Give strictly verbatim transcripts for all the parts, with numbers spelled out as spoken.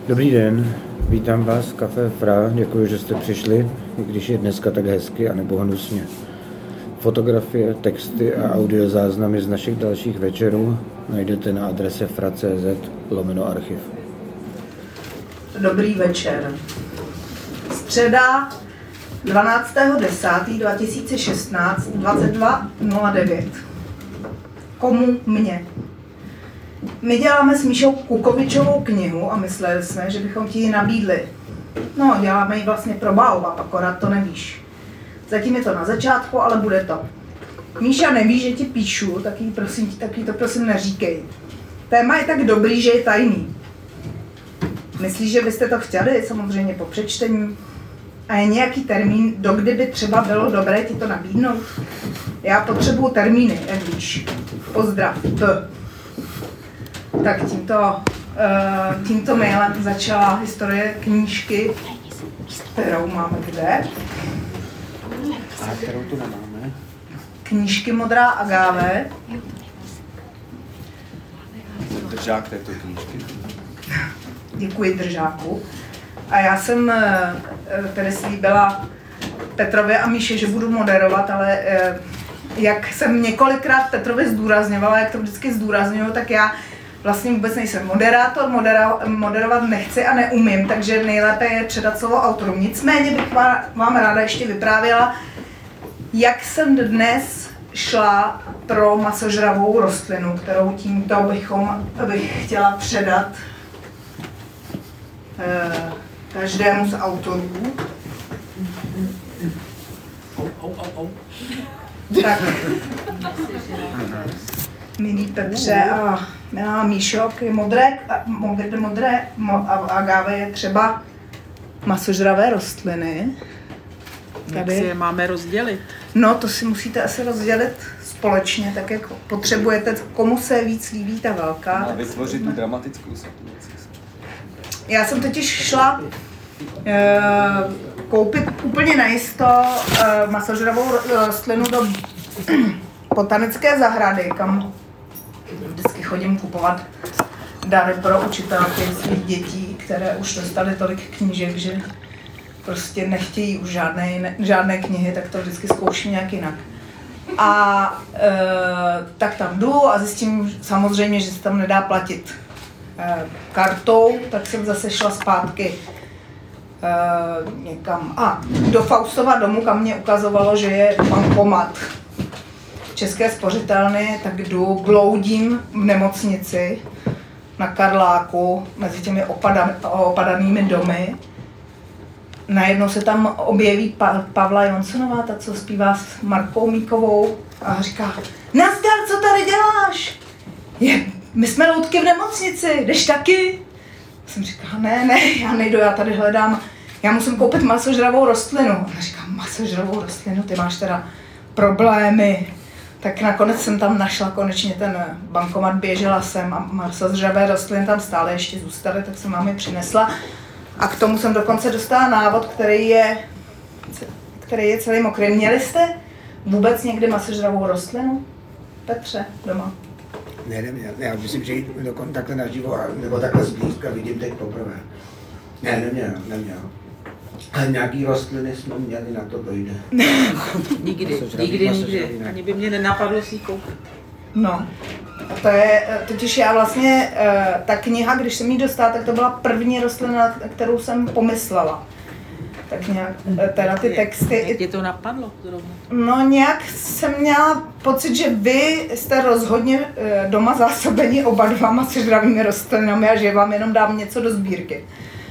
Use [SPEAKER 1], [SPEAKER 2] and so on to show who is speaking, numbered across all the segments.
[SPEAKER 1] Dobrý den, vítám vás v Café Fra, děkuji, že jste přišli, i když je dneska tak hezky a nebo hnusně. Fotografie, texty a audiozáznamy z našich dalších večerů najdete na adrese fra tečka cz lomeno archiv.
[SPEAKER 2] Dobrý večer. Středa dvanáctého desátého dva tisíce šestnáct, dvacet dva nula devět. Komu? Mně. My děláme s Míšou Kukovičovou knihu a mysleli jsme, že bychom ti ji nabídli. No, děláme ji vlastně pro Baobab, akorát to nevíš. Zatím je to na začátku, ale bude to. Míša neví, že ti píšu, tak jí, prosím, tak jí to prosím neříkej. Téma je tak dobrý, že je tajný. Myslíš, že byste to chtěli? Samozřejmě po přečtení. A je nějaký termín, dokdy by třeba bylo dobré ti to nabídnout? Já potřebuju termíny, jak víš. Pozdrav. T. Tak tímto, uh, tímto mailem začala historie knížky, kterou máme kde?
[SPEAKER 1] A kterou tu nemáme?
[SPEAKER 2] Knížky Modrá agáve.
[SPEAKER 3] Držák této knížky.
[SPEAKER 2] Děkuji držáku. A já jsem tedy slíbila Petrovi a Míše, že budu moderovat, ale jak jsem několikrát Petrovi zdůrazňovala, jak to vždycky zdůrazňuju, tak já vlastně vůbec nejsem moderátor, modera, moderovat nechci a neumím, takže nejlépe je předat slovo autorům. Nicméně bych vám ráda ještě vyprávěla, jak jsem dnes šla pro masožravou rostlinu, kterou tímto bychom, bych chtěla předat eh, každému z autorů. Tak, milý Petře a milá Míšo, modré, modré, modré agáve je třeba masožravé rostliny.
[SPEAKER 4] Jak si je máme rozdělit?
[SPEAKER 2] No, to si musíte asi rozdělit společně, tak jak potřebujete, komu se víc líbí ta velká.
[SPEAKER 3] A vytvořit tu dramatickou situaci.
[SPEAKER 2] Já jsem totiž šla e, koupit úplně najisto e, masožravou rostlinu do botanické zahrady, kam vždycky chodím kupovat dary pro učitelky svých dětí, které už dostaly tolik knížek, že prostě nechtějí už žádné, žádné knihy, tak to vždycky zkouším nějak jinak. A e, tak tam jdu a zjistím samozřejmě, že se tam nedá platit e, kartou, tak jsem zase šla zpátky e, někam. A do Faustova domu, kam mě ukazovalo, že je bankomat České spořitelny, tak jdu, bloudím v nemocnici na Karláku mezi těmi opadan, opadanými domy. Najednou se tam objeví pa- Pavla Jonsonová, ta, co zpívá s Markou Míkovou a říká: Nazdar, co tady děláš? Je, my jsme loutky v nemocnici, jdeš taky? Jsem říkala, ne, ne, já nejdu, já tady hledám, já musím koupit masožravou rostlinu. A říkám, masožravou rostlinu, ty máš teda problémy. Tak nakonec jsem tam našla konečně ten bankomat, běžela jsem a masožravé rostliny tam stále ještě zůstaly, tak jsem vám je přinesla. A k tomu jsem dokonce dostala návod, který je, který je celý mokrý. Měli jste vůbec někdy masožravou rostlinu, Petře, doma?
[SPEAKER 1] Ne, neměl. Já myslím, že jít dokonce takhle naživo, nebo takhle zblízka vidím teď poprvé. Ne, neměl, neměl. Ale nějaký rostliny jsme měli, na to dojde.
[SPEAKER 4] Nikdy, nikdy, nikdy. Ani by mě nenapadlo si koupit.
[SPEAKER 2] No, a to je, totiž já vlastně, ta kniha, když jsem ji dostala, tak to byla první rostlina, kterou jsem pomyslela. Tak nějak, teda ty texty...
[SPEAKER 4] Jak tě to napadlo zrovna?
[SPEAKER 2] No nějak jsem měla pocit, že vy jste rozhodně doma zásobeni oba dva masožravými rostlinami a že vám jenom dám něco do sbírky.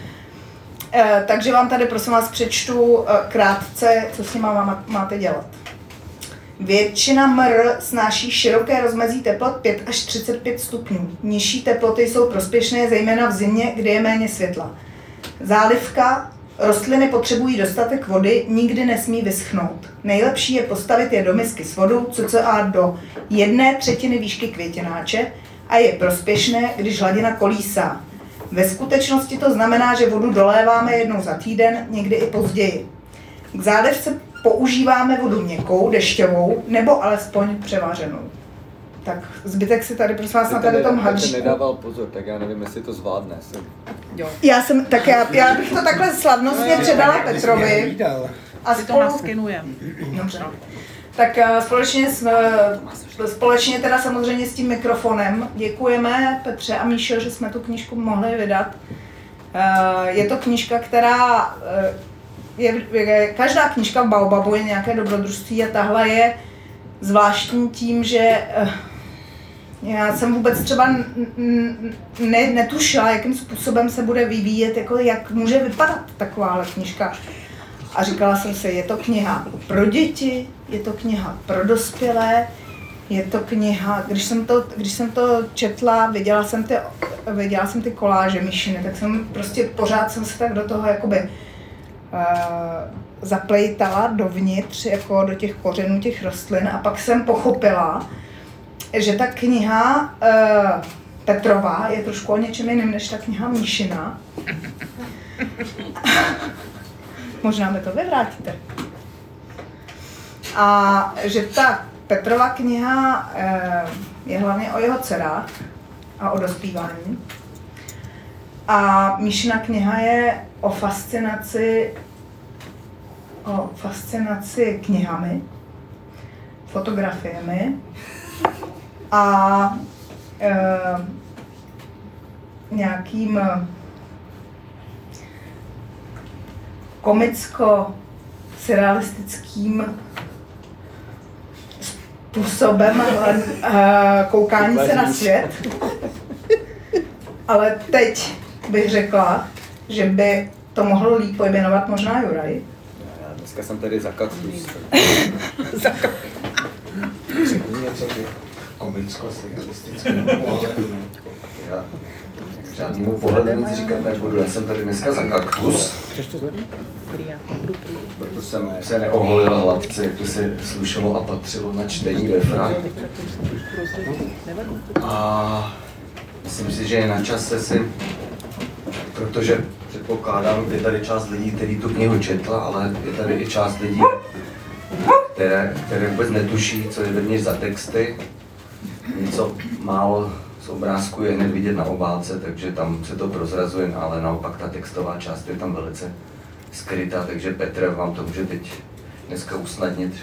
[SPEAKER 2] Takže vám tady prosím vás přečtu krátce, co s nimi máte dělat. Většina mr snáší široké rozmezí teplot pět až třicet pět stupňů. Nižší teploty jsou prospěšné zejména v zimě, kdy je méně světla. Zálivka. Rostliny potřebují dostatek vody, nikdy nesmí vyschnout. Nejlepší je postavit je do misky s vodou, cca do jedné třetiny výšky květináče a je prospěšné, když hladina kolísá. Ve skutečnosti to znamená, že vodu doléváme jednou za týden, někdy i později. K zálivce používáme vodu měkkou, dešťovou nebo alespoň převařenou. Tak zbytek si tady prosím vás na tady tom hadříku.
[SPEAKER 3] Nedával pozor, tak já nevím, jestli to zvládne.
[SPEAKER 4] Jo.
[SPEAKER 2] Já jsem, tak já, já bych to takhle slavnostně předala Petrovi. A
[SPEAKER 4] Si to
[SPEAKER 2] spolu,
[SPEAKER 4] naskenujeme.
[SPEAKER 2] dobře. Tak uh, společně, s, uh, společně teda samozřejmě s tím mikrofonem děkujeme Petře a Míšo, že jsme tu knížku mohli vydat. Uh, je to knížka, která, uh, je, je, každá knížka v Baobabu je nějaké dobrodružství a tahle je zvláštní tím, že uh, já jsem vůbec třeba ne, netušila, jakým způsobem se bude vyvíjet, jako jak může vypadat takováhle knížka. A říkala jsem si, je to kniha pro děti, je to kniha pro dospělé, je to kniha, když jsem to, když jsem to četla, viděla jsem ty, viděla jsem ty koláže Míšiny, tak jsem prostě pořád jsem se tak do toho jakoby uh, zaplejtala dovnitř, jako do těch kořenů těch rostlin a pak jsem pochopila, že ta kniha uh, Petrova je trošku o něčem jiném než ta kniha Míšina. Možná mi to vyvrátíte. A že ta Petrova kniha uh, je hlavně o jeho dcerách a o dospívání. A Míšina kniha je o fascinaci, o fascinaci knihami, fotografiemi a e, nějakým komicko-surrealistickým způsobem e, koukání se na svět. Ale teď bych řekla, že by to mohl líp pojmenovat možná Juraj.
[SPEAKER 3] Já dneska jsem tady za kaktus.
[SPEAKER 4] Za kaktus.
[SPEAKER 1] Řekni něco komicko-surrealistickému pohledu.
[SPEAKER 5] Já žádnému pohledu nic říkat nebudu, já jsem tady dneska za kaktus. Proto jsem se neoholil hladce, jak to se slušelo a patřilo na čtení ve Fra. A myslím si, že je na čase si, protože předpokládám, je tady část lidí, kteří tu knihu četla, ale je tady i část lidí, které, které vůbec netuší, co je vevnitř za texty. Něco málo z obrázku je hned vidět na obálce, takže tam se to prozrazuje, ale naopak ta textová část je tam velice skrytá, takže Petr vám to může teď dneska usnadnit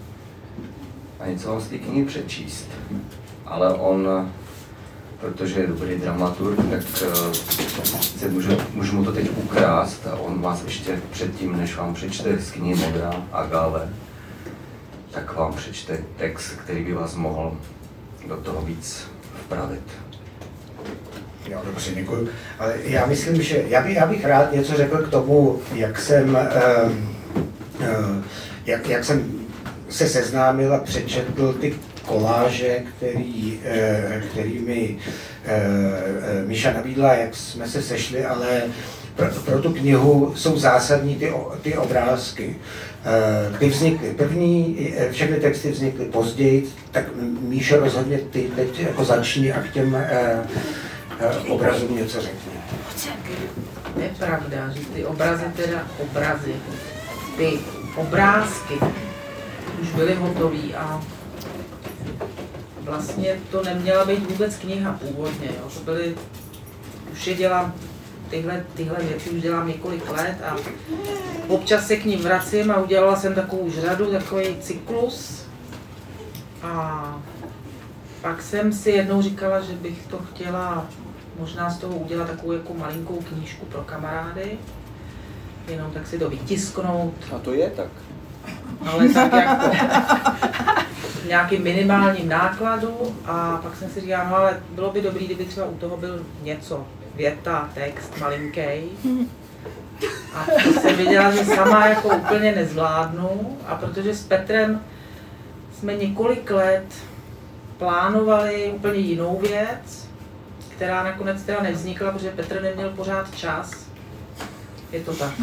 [SPEAKER 5] a něco vám z té knihy přečíst. Ale on, protože je dobrý dramaturg, tak se můžu, můžu mu to teď ukrást a on vás ještě předtím, než vám přečte z knihy Modrá Agave, tak vám přečte text, který by vás mohl do toho víc vpravit.
[SPEAKER 1] Jo, dobře, děkuji. Ale já myslím, že já, by, já bych rád něco řekl k tomu, jak jsem, uh, uh, jak, jak jsem se seznámil a přečetl ty koláže, který, uh, který mi uh, Míša nabídla, jak jsme se sešli, ale pro, pro tu knihu jsou zásadní ty, ty obrázky. Kdy vznikly první, všechny texty vznikly později, tak Míšo rozhodně ty teď jako začni a k těm eh, obrazům něco řekni.
[SPEAKER 4] Je pravda, že ty obrazy, teda obrazy, ty obrázky už byly hotový a vlastně to neměla být vůbec kniha původně, jo. To byly, už je dělám, tyhle, tyhle věci už dělám několik let a občas se k ním vracím a udělala jsem takovou už řadu, takový cyklus a pak jsem si jednou říkala, že bych to chtěla možná z toho udělat takovou jako malinkou knížku pro kamarády, jenom tak si to vytisknout.
[SPEAKER 3] A to je tak.
[SPEAKER 4] Ale tak jako v nějakým minimálním nákladu a pak jsem si říkala, no ale bylo by dobrý, kdyby třeba u toho byl něco, věta, text, malinký. A to jsem věděla, že sama jako úplně nezvládnu a protože s Petrem jsme několik let plánovali úplně jinou věc, která nakonec teda nevznikla, protože Petr neměl pořád čas. Je to tak.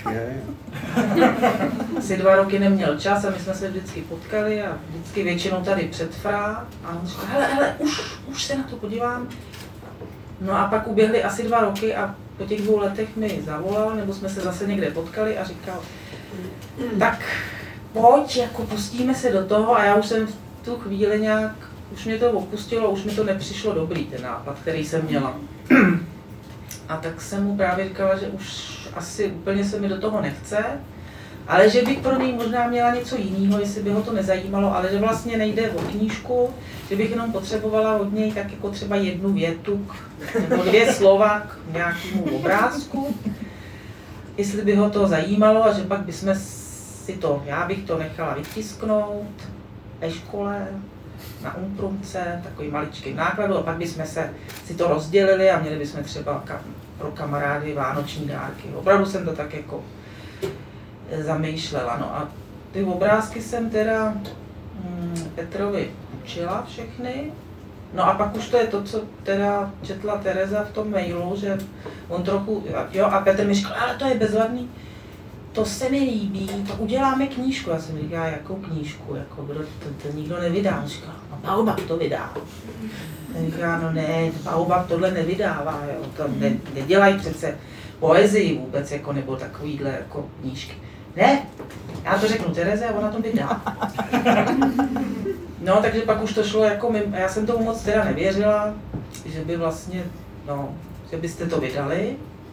[SPEAKER 4] Asi dva roky neměl čas a my jsme se vždycky potkali a vždycky většinou tady před Fra a on říkal, hele, hele, už, už se na to podívám. No a pak uběhly asi dva roky a po těch dvou letech mi zavolal, nebo jsme se zase někde potkali a říkal, tak pojď, jako pustíme se do toho a já už jsem v tu chvíli nějak, už mě to opustilo, už mi to nepřišlo dobrý ten nápad, který jsem měla. A tak jsem mu právě říkala, že už asi úplně se mi do toho nechce, ale že bych pro něj možná měla něco jiného, jestli by ho to nezajímalo, ale že vlastně nejde o knížku, že bych jenom potřebovala od něj tak jako třeba jednu větu nebo dvě slova k nějakému obrázku, jestli by ho to zajímalo a že pak bychom si to, já bych to nechala vytisknout ve škole, na umprumce, takový maličký nákladu a pak bychom se si to rozdělili a měli bychom třeba kam, pro kamarády vánoční dárky. Opravdu jsem to tak jako zamýšlela. No a ty obrázky jsem teda hm, Petrovi učila všechny. No a pak už to je to, co teda četla Tereza v tom mailu, že on trochu, jo, a Petr mi říkal, ale to je bezvadný, to se mi líbí, to uděláme knížku. Já jsem říkala, jakou knížku, jako kdo, to, to nikdo nevydá. Říkala, no Baobab to vydá. Já říkala, no ne, Baobab tohle nevydává, jo, to ne, nedělají přece poezii vůbec, jako, nebo takovýhle jako knížky. Ne, já to řeknu Tereze a ona to vydá. No, takže pak už to šlo jako mimo, já jsem tomu moc teda nevěřila, že by vlastně, no, že byste to vydali.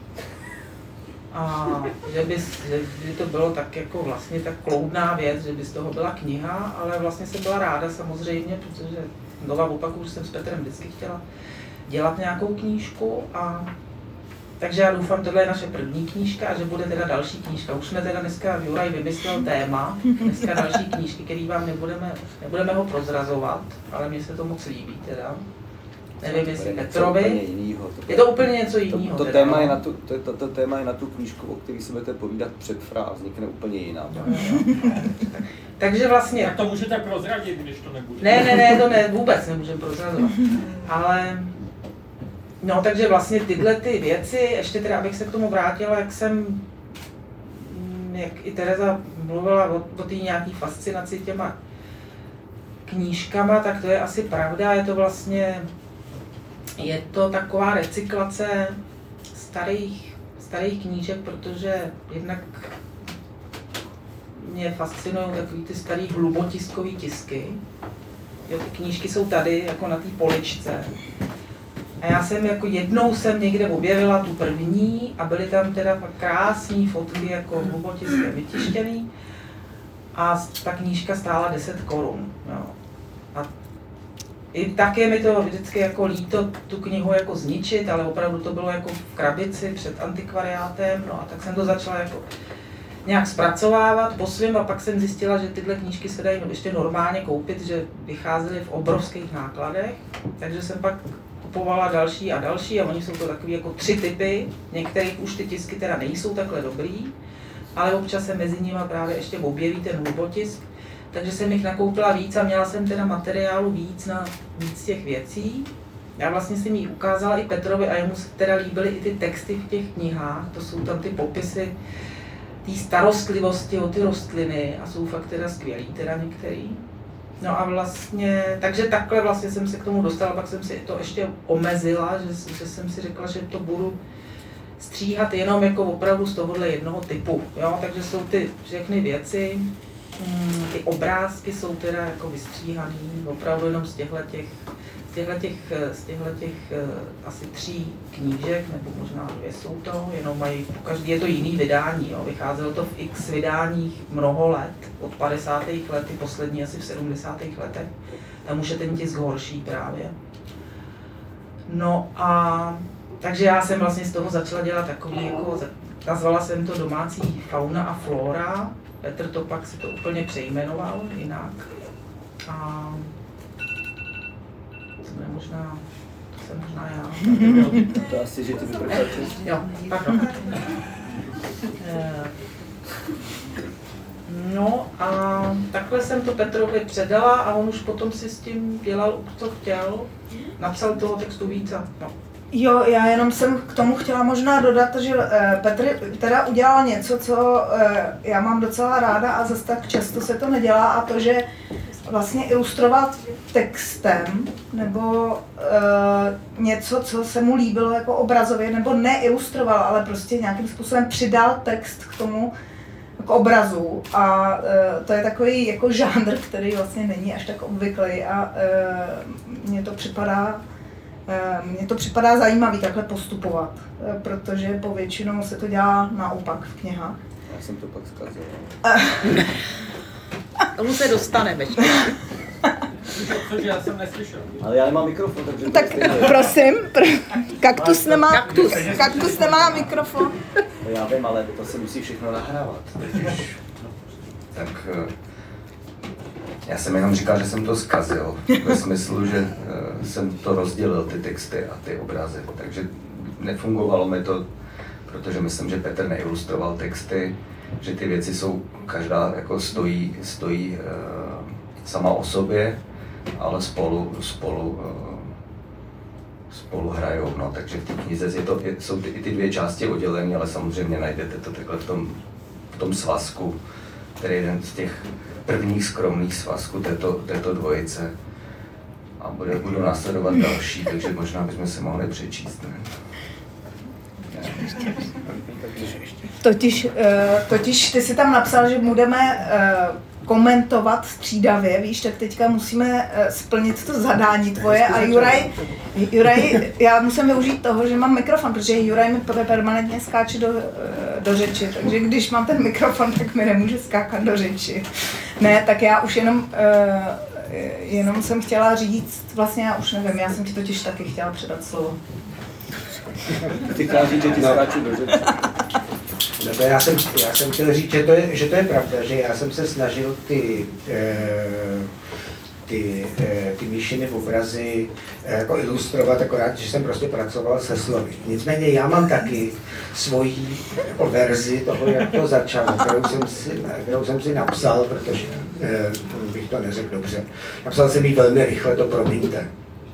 [SPEAKER 4] A že by, že by to bylo tak jako vlastně tak kloudná věc, že by z toho byla kniha, ale vlastně jsem byla ráda samozřejmě, protože znova opakuju, že jsem s Petrem vždycky chtěla dělat nějakou knížku a takže já doufám, tohle je naše první knížka a že bude teda další knížka. Už jsme teda dneska, Juraj vymyslel téma, dneska další knížky, který vám nebudeme, nebudeme ho prozrazovat, ale mně se to moc líbí teda. Nevím, jestli Petrovi. Je to úplně něco jiného.
[SPEAKER 3] To, to, téma je na tu, to, to, to téma je na tu knížku, o který si budete povídat před frá, vznikne úplně jiná.
[SPEAKER 4] Takže vlastně...
[SPEAKER 6] Tak to můžete prozradit, když to nebude.
[SPEAKER 4] Ne, ne, ne, to ne, vůbec nemůžeme prozrazovat. Ale... No, takže vlastně tyhle ty věci, ještě teda, abych se k tomu vrátila, jak jsem, jak i Tereza mluvila o, o té nějaký fascinaci těma knížkama, tak to je asi pravda, je to vlastně, je to taková recyklace starých, starých knížek, protože jednak mě fascinují takový ty starý hlubotiskový tisky. Jo, ty knížky jsou tady, jako na té poličce. A já jsem jako jednou jsem někde objevila tu první a byly tam teda fakt krásné fotky jako hlubotiskem vytištěný. A ta knížka stála deset korun. A i tak je mi to vždycky jako líto tu knihu jako zničit, ale opravdu to bylo jako v krabici před antikvariátem. No a tak jsem to začala jako nějak zpracovávat po svém a pak jsem zjistila, že tyhle knížky se dají ještě normálně koupit, že vycházely v obrovských nákladech. Takže jsem pak kupovala další a další a oni jsou to takový jako tři typy. Některých už ty tisky teda nejsou takhle dobrý, ale občas se mezi nimi právě ještě objeví ten hlubotisk. Takže jsem jich nakoupila víc a měla jsem teda materiálu víc na víc těch věcí. Já vlastně jsem jí ukázala i Petrovi a jemu se teda líbily i ty texty v těch knihách. To jsou tam ty popisy té starostlivosti o ty rostliny a jsou fakt teda skvělý, teda některý. No a vlastně, takže takhle vlastně jsem se k tomu dostala, pak jsem si to ještě omezila, že, že jsem si řekla, že to budu stříhat jenom jako opravdu z tohohle jednoho typu, jo, takže jsou ty všechny věci, ty obrázky jsou teda jako vystříhaný opravdu jenom z těchto těch, z těchto těch, z těchto těch asi tří knížek, nebo možná dvě jsou to, jenom mají, každý je to jiný vydání, jo. Vycházelo to v x vydáních mnoho let, od padesátých let, ty poslední asi v sedmdesátých letech, tam už je ten tisk horší právě. No a takže já jsem vlastně z toho začala dělat takový, jako, nazvala jsem to domácí fauna a flora, Petr to pak si to úplně přejmenoval jinak. A to je možná, to jsem možná já.
[SPEAKER 3] To asi, že ty vypracuješ.
[SPEAKER 4] Jo, pardon. No a takhle jsem to Petrovi předala a on už potom si s tím dělal, co chtěl. Napsal toho textu víc a no.
[SPEAKER 2] Jo, já jenom jsem k tomu chtěla možná dodat, že Petr teda udělal něco, co já mám docela ráda a zase tak často se to nedělá, a to, že vlastně ilustrovat textem nebo uh, něco, co se mu líbilo jako obrazově, nebo neilustroval, ale prostě nějakým způsobem přidal text k tomu k obrazu a uh, to je takový jako žánr, který vlastně není až tak obvyklý a uh, mně to připadá Mně to připadá zajímavý takhle postupovat, protože po většinou se to dělá naopak v knihách.
[SPEAKER 3] Já jsem to pak zkazil.
[SPEAKER 4] Tomu se dostaneme.
[SPEAKER 6] Cože já jsem neslyšel.
[SPEAKER 3] Ale já nemám mikrofon, takže...
[SPEAKER 2] Tak prosím, pr- kaktus nemá, kaktus, kaktus nemá mikrofon.
[SPEAKER 3] No já vím, ale to se musí všechno nahrávat.
[SPEAKER 5] Tak já jsem jenom říkal, že jsem to zkazil, ve smyslu, že jsem to rozdělil, ty texty a ty obrazy, takže nefungovalo mi to, protože myslím, že Petr neilustroval texty, že ty věci jsou, každá jako stojí, stojí uh, sama o sobě, ale spolu, spolu, uh, spolu hrajou, no, takže v té knize je to, je, jsou ty, ty dvě části oddělené, ale samozřejmě najdete to takhle v tom, v tom svazku, který je jeden z těch prvních skromných svazků této, této dvojice. A bude, budou následovat další, takže možná bychom si mohli přečíst, ne?
[SPEAKER 2] Totiž, totiž ty si tam napsal, že budeme komentovat střídavě, víš, tak teďka musíme splnit to zadání tvoje a Juraj, Juraj, já musím využít toho, že mám mikrofon, protože Juraj mi permanentně skáče do, do řeči, takže když mám ten mikrofon, tak mi nemůže skákat do řeči. Ne, tak já už jenom, jenom jsem chtěla říct, vlastně já už nevím, já jsem ti totiž taky chtěla předat slovo.
[SPEAKER 3] Ty chtěla říct, že ti skáču do řeči.
[SPEAKER 1] No já, jsem, já jsem chtěl říct, že to, je, že to je pravda, že já jsem se snažil ty, e, ty, e, ty Míšiny obrazy e, jako ilustrovat, akorát, že jsem prostě pracoval se slovy. Nicméně já mám taky svoji jako verzi toho, jak to začalo, kterou jsem si, kterou jsem si napsal, protože e, bych to neřekl dobře. Napsal jsem ji velmi rychle, to promiňte.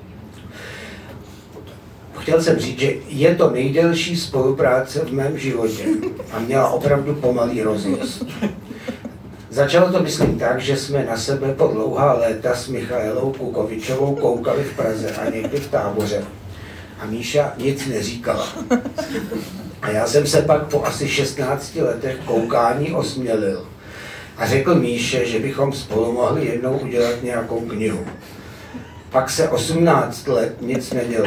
[SPEAKER 1] Chtěl jsem říct, že je to nejdelší spolupráce v mém životě a měla opravdu pomalý rozjezd. Začalo to, myslím, tak, že jsme na sebe po dlouhá léta s Michaelou Kukovičovou koukali v Praze a někdy v Táboře. A Míša nic neříkala. A já jsem se pak po asi šestnácti letech koukání osmělil a řekl Míše, že bychom spolu mohli jednou udělat nějakou knihu. Pak se osmnáct let nic nedělo.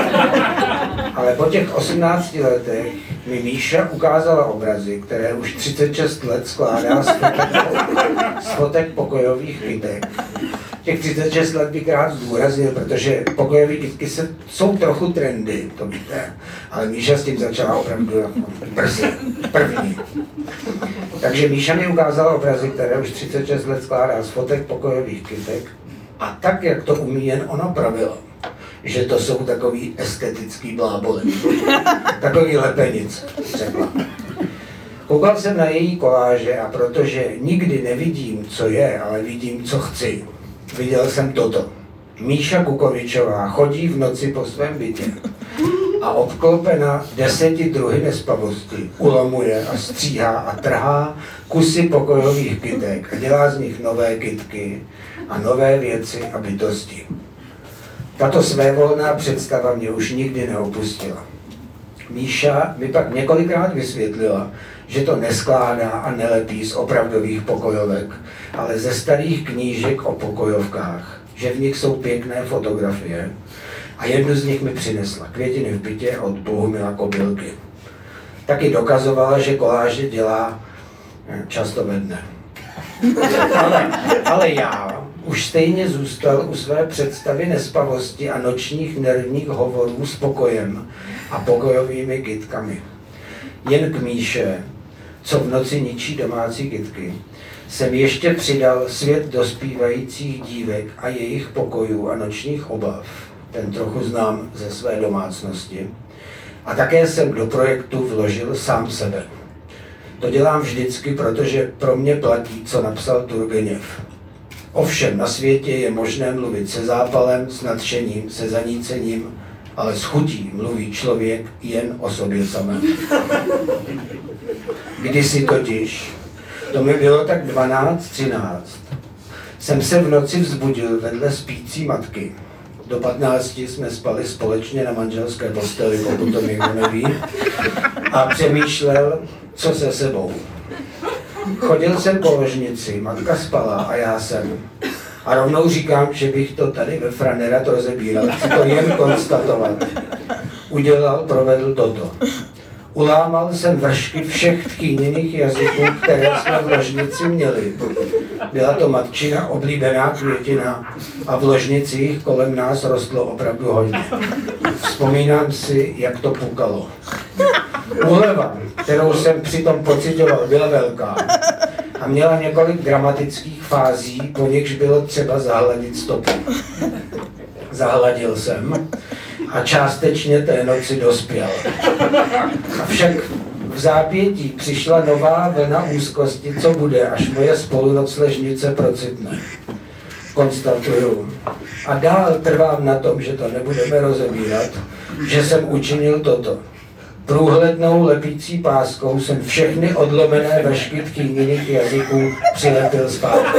[SPEAKER 1] Ale po těch osmnácti letech mi Míša ukázala obrazy, které už třicet šest let skládá z fotek, z fotek pokojových kytek. Těch třicet šest let bych rád zdůraznil, protože pokojové kytky se, jsou trochu trendy, to víte. Ale Míša s tím začala opravdu brzy, první. Takže Míša mi ukázala obrazy, které už třicet šest let skládá z fotek pokojových kytek. A tak, jak to umí jen ona pravila, že to jsou takový estetický bláboli. Takový lepenic, řekla. Koukal jsem na její koláže a protože nikdy nevidím, co je, ale vidím, co chci, viděl jsem toto. Míša Kukovičová chodí v noci po svém bytě a obklopena deseti druhy nespavosti ulamuje a stříhá a trhá kusy pokojových kytek a dělá z nich nové kytky a nové věci a bytosti. Tato svévolná představa mě už nikdy neopustila. Míša mi pak několikrát vysvětlila, že to neskládá a nelepí z opravdových pokojovek, ale ze starých knížek o pokojovkách, že v nich jsou pěkné fotografie a jednu z nich mi přinesla, Květiny v bytě od Bohumila Kobylky. Taky dokazovala, že koláže dělá často ve dne. Ale, ale já už stejně zůstal u své představy nespavosti a nočních nervních hovorů s pokojem a pokojovými kytkami. Jen k Míše, co v noci ničí domácí kytky, jsem ještě přidal svět dospívajících dívek a jejich pokojů a nočních obav. Ten trochu znám ze své domácnosti. A také jsem do projektu vložil sám sebe. To dělám vždycky, protože pro mě platí, co napsal Turgeněv. Ovšem na světě je možné mluvit se zápalem, s nadšením, se zanícením, ale s chutí mluví člověk jen o sobě samém. Kdysi totiž, to mi bylo tak dvanáct třináct, jsem se v noci vzbudil vedle spící matky. Do patnácti jsme spali společně na manželské posteli, pokud to někdo neví, a přemýšlel, co se sebou. Chodil jsem po ložnici, matka spala a já jsem. A rovnou říkám, že bych to tady ve Franerat rozebíral, chci to jen konstatovat. Udělal, provedl toto. Ulámal jsem vršky všech tchýněných jazyků, které jsme v ložnici měli. Byla to matčina oblíbená květina a v ložnicích kolem nás rostlo opravdu hodně. Vzpomínám si, jak to pukalo. Úleva, kterou jsem přitom pocitoval, byla velká a měla několik dramatických fází, po nichž bylo třeba zahladit stopu. Zahladil jsem a částečně té noci dospěl. Avšak v zápětí přišla nová vlna úzkosti, co bude, až moje spolunocležnice procitne. Konstatuju. A dál trvám na tom, že to nebudeme rozebírat, že jsem učinil toto. Průhlednou lepící páskou jsem všechny odlomené vršky tchýněných jazyků přilepil zpátky.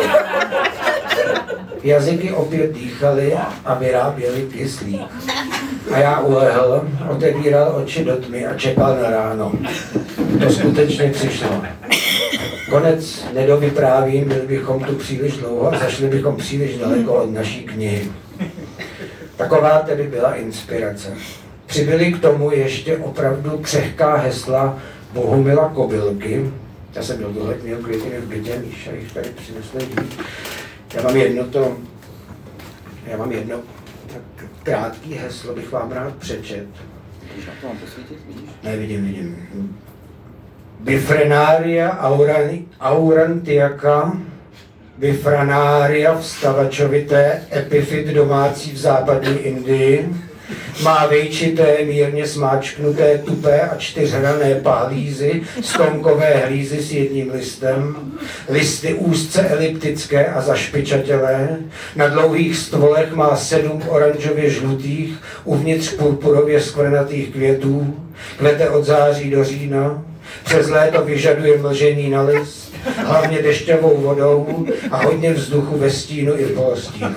[SPEAKER 1] Jazyky opět dýchaly a vyráběly kyslík. A já ulehl, otevíral oči do tmy a čekal na ráno. To skutečně přišlo. Konec nedovyprávím, byli bychom tu příliš dlouho a zašli bychom příliš daleko od naší knihy. Taková tedy byla inspirace. Přibyly k tomu ještě opravdu křehká hesla Bohumila Kobylky. Já jsem do tohle měl květiny v bytě, Míša jich tady přinesl víc. Já mám jedno to, já mám jedno tak krátký heslo, bych vám rád přečet.
[SPEAKER 3] Můžeš na to mám posvítit, vidíš?
[SPEAKER 1] Ne, vidím, vidím. Bifrenaria aurani, aurantiaka, bifrenaria vstavačovité, epifit domácí v západní Indii, má vejčité, mírně smáčknuté, tupé a čtyřhrané pahlízy, stonkové hlízy s jedním listem, listy úzce eliptické a zašpičatělé, na dlouhých stvolech má sedm oranžově žlutých, uvnitř purpurově skvrnatých květů, kvete od září do října, přes léto vyžaduje mlžení na list, hlavně dešťovou vodou a hodně vzduchu ve stínu i v polostínu.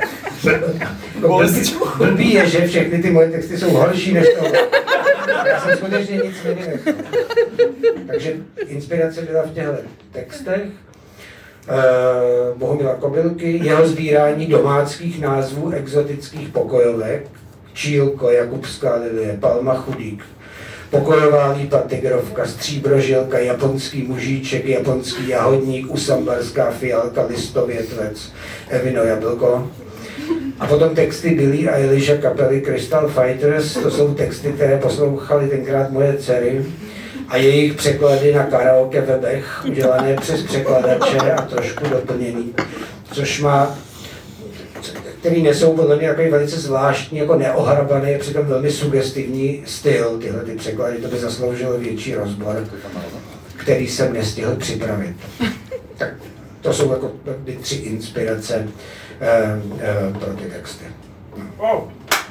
[SPEAKER 1] Blbý je, že všechny ty moje texty jsou horší než to. Já jsem skutečně nic nevynechal. Takže inspirace byla v těchto textech. Uh, Bohumila Kobylky, jeho sbírání domáckých názvů exotických pokojovek, Čílko, Jakubská lilie, Palma Chudík, Pokojová lípa, Tygrovka, Stříbrožilka, Japonský mužíček, Japonský jahodník, Usambarská fialka, Listovětvec, Evino jablko. A potom texty Billie Eilish a kapely Crystal Fighters, to jsou texty, které poslouchaly tenkrát moje dcery a jejich překlady na karaoke webech, udělané přes překladače a trošku doplněný, což má, který nesou podle mě takový velice zvláštní, jako neohrabaný, přitom velmi sugestivní styl, tyhle ty překlady, to by zasloužilo větší rozbor, který jsem nestihl připravit. Tak to jsou jako ty tři inspirace Uh, uh, pro ty texty.
[SPEAKER 6] Wow.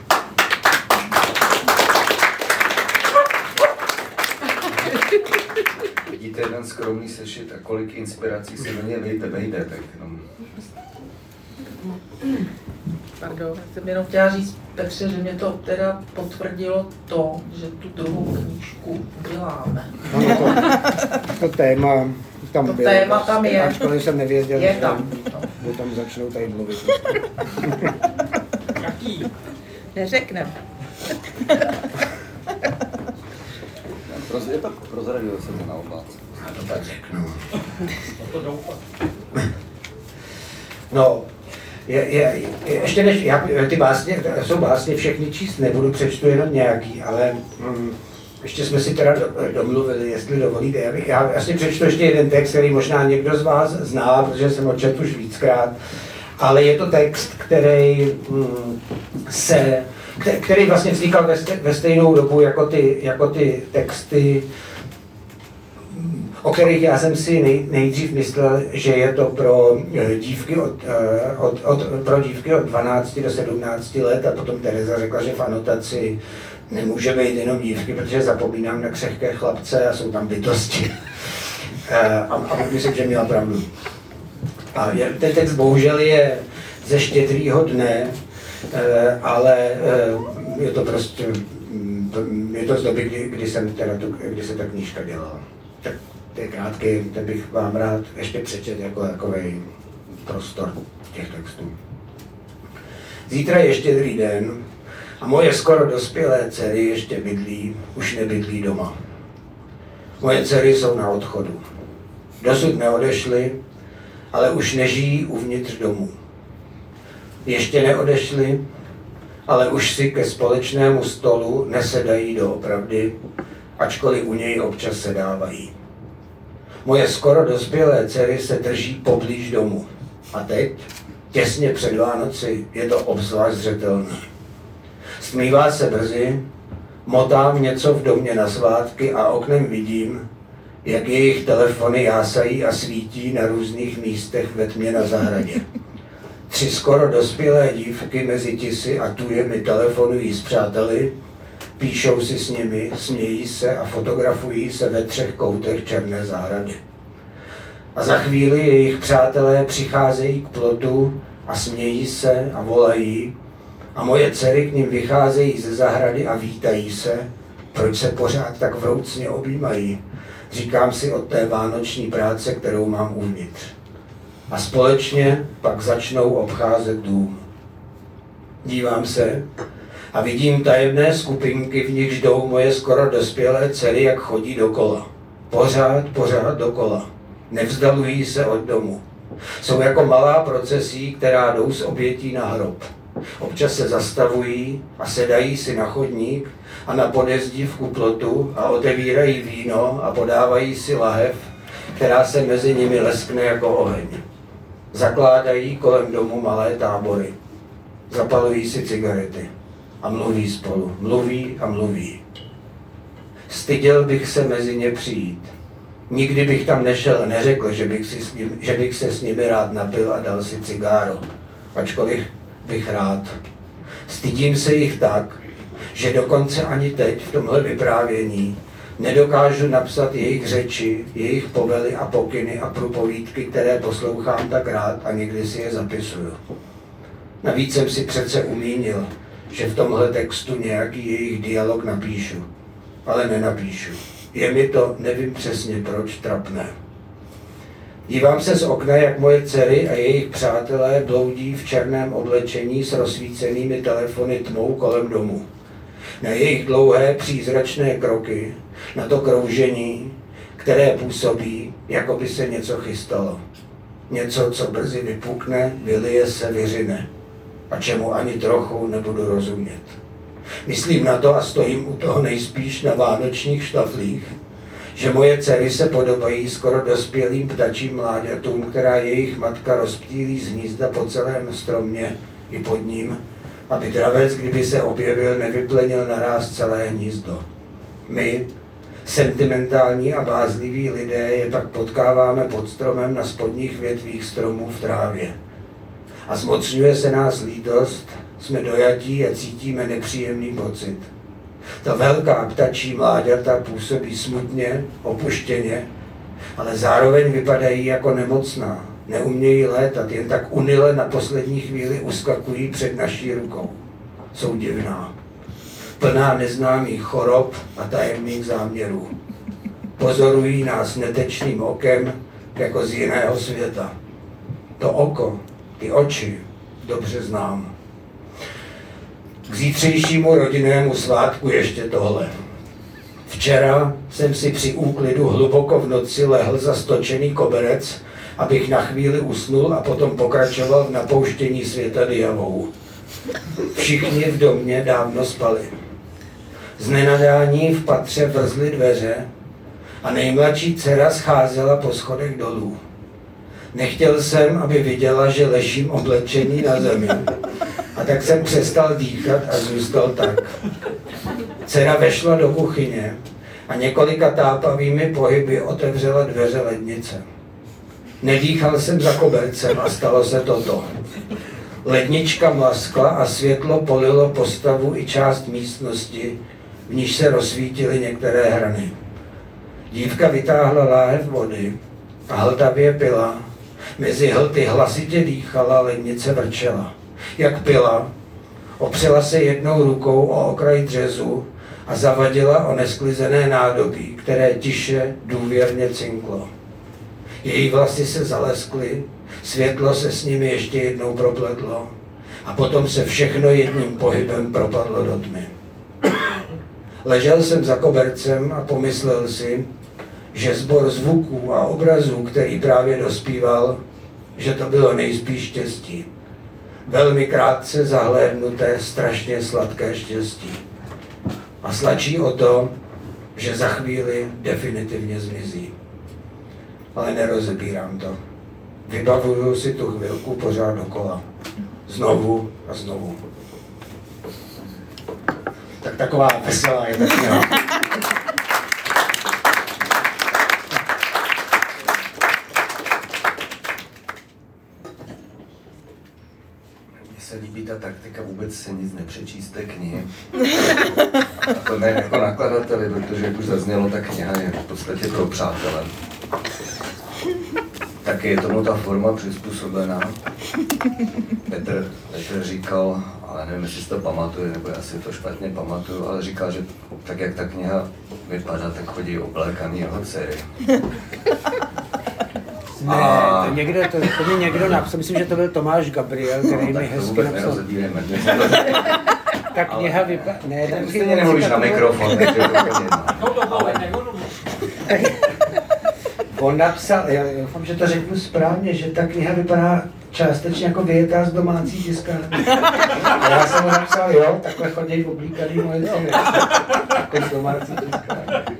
[SPEAKER 5] Vidíte jeden skromný sešit a kolik inspirací se do něj vejde, tak jenom...
[SPEAKER 4] Pardon, jsem jenom chtěla říct Petře, že mě to teda potvrdilo to, že tu druhou knížku děláme.
[SPEAKER 1] No, to, to téma tam
[SPEAKER 4] to
[SPEAKER 1] bylo.
[SPEAKER 4] téma tam je.
[SPEAKER 1] Ačkoliv jsem nevěděl,
[SPEAKER 4] je
[SPEAKER 1] že
[SPEAKER 4] tam.
[SPEAKER 1] že tam začnou tady mluvit.
[SPEAKER 6] Jaký?
[SPEAKER 2] Neřekneme.
[SPEAKER 3] Je to prozradil jsem to na oblátce.
[SPEAKER 1] Já to tak řeknu.
[SPEAKER 6] No to doufám.
[SPEAKER 1] No, je, je, je, ještě než, já, ty básně, jsou básně všechny číst, nebudu, přečtu jenom nějaký, ale hm, ještě jsme si teda do, domluvili, jestli dovolíte. Já, já vlastně přečtu ještě jeden text, který možná někdo z vás zná, protože jsem ho četl už víckrát, ale je to text, který hm, se, který vlastně vznikal ve, ve stejnou dobu jako ty, jako ty texty, o kterých já jsem si nej, nejdřív myslel, že je to pro dívky od, od, od, pro dívky od dvanácti do sedmnácti let a potom Tereza řekla, že v anotaci nemůže být jenom dívky, protože zapomínám na křehké chlapce a jsou tam bytosti. A, a myslím, že měla pravdu. A je, ten text bohužel je ze Štědrýho dne, ale je to prostě, je to z doby, kdy, kdy, jsem teda tu, kdy se ta knížka dělala. Tak to je krátký, ten bych vám rád ještě přečet jako takovej prostor těch textů. Zítra je Štědrý den a moje skoro dospělé dcery ještě bydlí, už nebydlí doma. Moje dcery jsou na odchodu. Dosud neodešly, ale už nežijí uvnitř domu. Ještě neodešly, ale už si ke společnému stolu nesedají doopravdy, ačkoliv u něj občas sedávají. Moje skoro dospělé dcery se drží poblíž domu. A teď, těsně před Vánoci, je to obzvlášť zřetelné. Stmívá se brzy, motám něco v domě na svátky a oknem vidím, jak jejich telefony jásají a svítí na různých místech ve tmě na zahradě. Tři skoro dospělé dívky mezi tisy a tujemi telefonují s přáteli, píšou si s nimi, smějí se a fotografují se ve třech koutech černé zahrady. A za chvíli jejich přátelé přicházejí k plotu a smějí se a volají a moje dcery k nim vycházejí ze zahrady a vítají se, proč se pořád tak vroucně objímají. Říkám si od té vánoční práce, kterou mám uvnitř. A společně pak začnou obcházet dům. Dívám se a vidím tajemné skupinky, v nichž jdou moje skoro dospělé dcery, jak chodí dokola. Pořád, pořád dokola. Nevzdalují se od domu. Jsou jako malá procesí, která jdou z obětí na hrob. Občas se zastavují a sedají si na chodník a na podezdívku plotu a otevírají víno a podávají si lahev, která se mezi nimi leskne jako oheň. Zakládají kolem domu malé tábory. Zapalují si cigarety a mluví spolu. Mluví a mluví. Styděl bych se mezi ně přijít. Nikdy bych tam nešel a neřekl, že bych, si s ním, že bych se s nimi rád napil a dal si cigáro. Ačkoliv bych rád. Stydím se jich tak, že dokonce ani teď v tomhle vyprávění nedokážu napsat jejich řeči, jejich povely a pokyny a průpovídky, které poslouchám tak rád a někdy si je zapisuju. Navíc jsem si přece umínil, že v tomhle textu nějaký jejich dialog napíšu, ale nenapíšu. Je mi to, nevím přesně proč, trapné. Dívám se z okna, jak moje dcery a jejich přátelé bloudí v černém oblečení s rozsvícenými telefony tmou kolem domu. Na jejich dlouhé přízračné kroky, na to kroužení, které působí, jako by se něco chystalo. Něco, co brzy vypukne, vylije se, vyřine. A čemu ani trochu nebudu rozumět. Myslím na to a stojím u toho nejspíš na vánočních štaflích, že moje dcery se podobají skoro dospělým ptačím mláďatům, která jejich matka rozptýlí z hnízda po celém stromě i pod ním, aby dravec, kdyby se objevil, nevyplenil naráz celé hnízdo. My, sentimentální a bázliví lidé, je pak potkáváme pod stromem na spodních větvích stromů v trávě. A zmocňuje se nás lítost, jsme dojatí a cítíme nepříjemný pocit. Ta velká ptačí mláďata působí smutně, opuštěně, ale zároveň vypadají jako nemocná. Neumějí létat, jen tak unile na poslední chvíli uskakují před naší rukou. Jsou divná, plná neznámých chorob a tajemných záměrů. Pozorují nás netečným okem jako z jiného světa. To oko, ty oči dobře znám. K zítřejšímu rodinnému svátku ještě tohle. Včera jsem si při úklidu hluboko v noci lehl za stočený koberec, abych na chvíli usnul a potom pokračoval v napouštění světa diavou. Všichni v domě dávno spali. Z nenadání v patře vrzly dveře a nejmladší dcera scházela po schodech dolů. Nechtěl jsem, aby viděla, že ležím oblečený na zemi. A tak jsem přestal dýchat a zůstal tak. Dcera vešla do kuchyně a několika tápavými pohyby otevřela dveře lednice. Nedýchal jsem za kobercem a stalo se toto. Lednička mlaskla a světlo polilo postavu i část místnosti, v níž se rozsvítily některé hrany. Dívka vytáhla láhev vody a hltavě pila. Mezi hlty hlasitě dýchala, lednice vrčela. Jak pila, opřela se jednou rukou o okraj dřezu a zavadila o nesklizené nádobí, které tiše, důvěrně cinklo. Její vlasy se zaleskly Světlo se s nimi ještě jednou propletlo a potom se všechno jedním pohybem propadlo do tmy. Ležel jsem za kobercem a pomyslel si, že sbor zvuků a obrazů, který právě dospíval, že to bylo nejspíš štěstí. Velmi krátce zahlédnuté, strašně sladké štěstí. A sladší o to, že za chvíli definitivně zmizí. Ale nerozebírám to. Vybavuju si tu chvilku pořád dokola. Znovu a znovu. Tak taková veselá je tak měla.
[SPEAKER 5] Mně se líbí ta taktika vůbec se nic nepřečíst té knihy. A to ne jako nakladateli, protože jak už zaznělo, ta kniha je v podstatě pro přátele. Taky je tomu ta forma přizpůsobená. Petr, Petr říkal, ale nevím, jestli si to pamatuje, nebo já si to špatně pamatuju, ale říkal, že tak, jak ta kniha vypadá, tak chodí oblékaný jeho dcery.
[SPEAKER 1] Ne, a... to, někdo, to, to mi někdo napsal, myslím, že to byl Tomáš Gabriel, který no, mi hezky napsal. Ta kniha vypadá... Ne,
[SPEAKER 5] tak stejně nemluvíš na mikrofon, takže to úplně jedno. Ale...
[SPEAKER 1] On napsal, já doufám, že to řeknu správně, že ta kniha vypadá částečně jako vyjetá z domácí tiskárny. A já jsem mu napsal, jo, takhle chodí oblíkaný moje dcery. Jako z domácí tiskárny.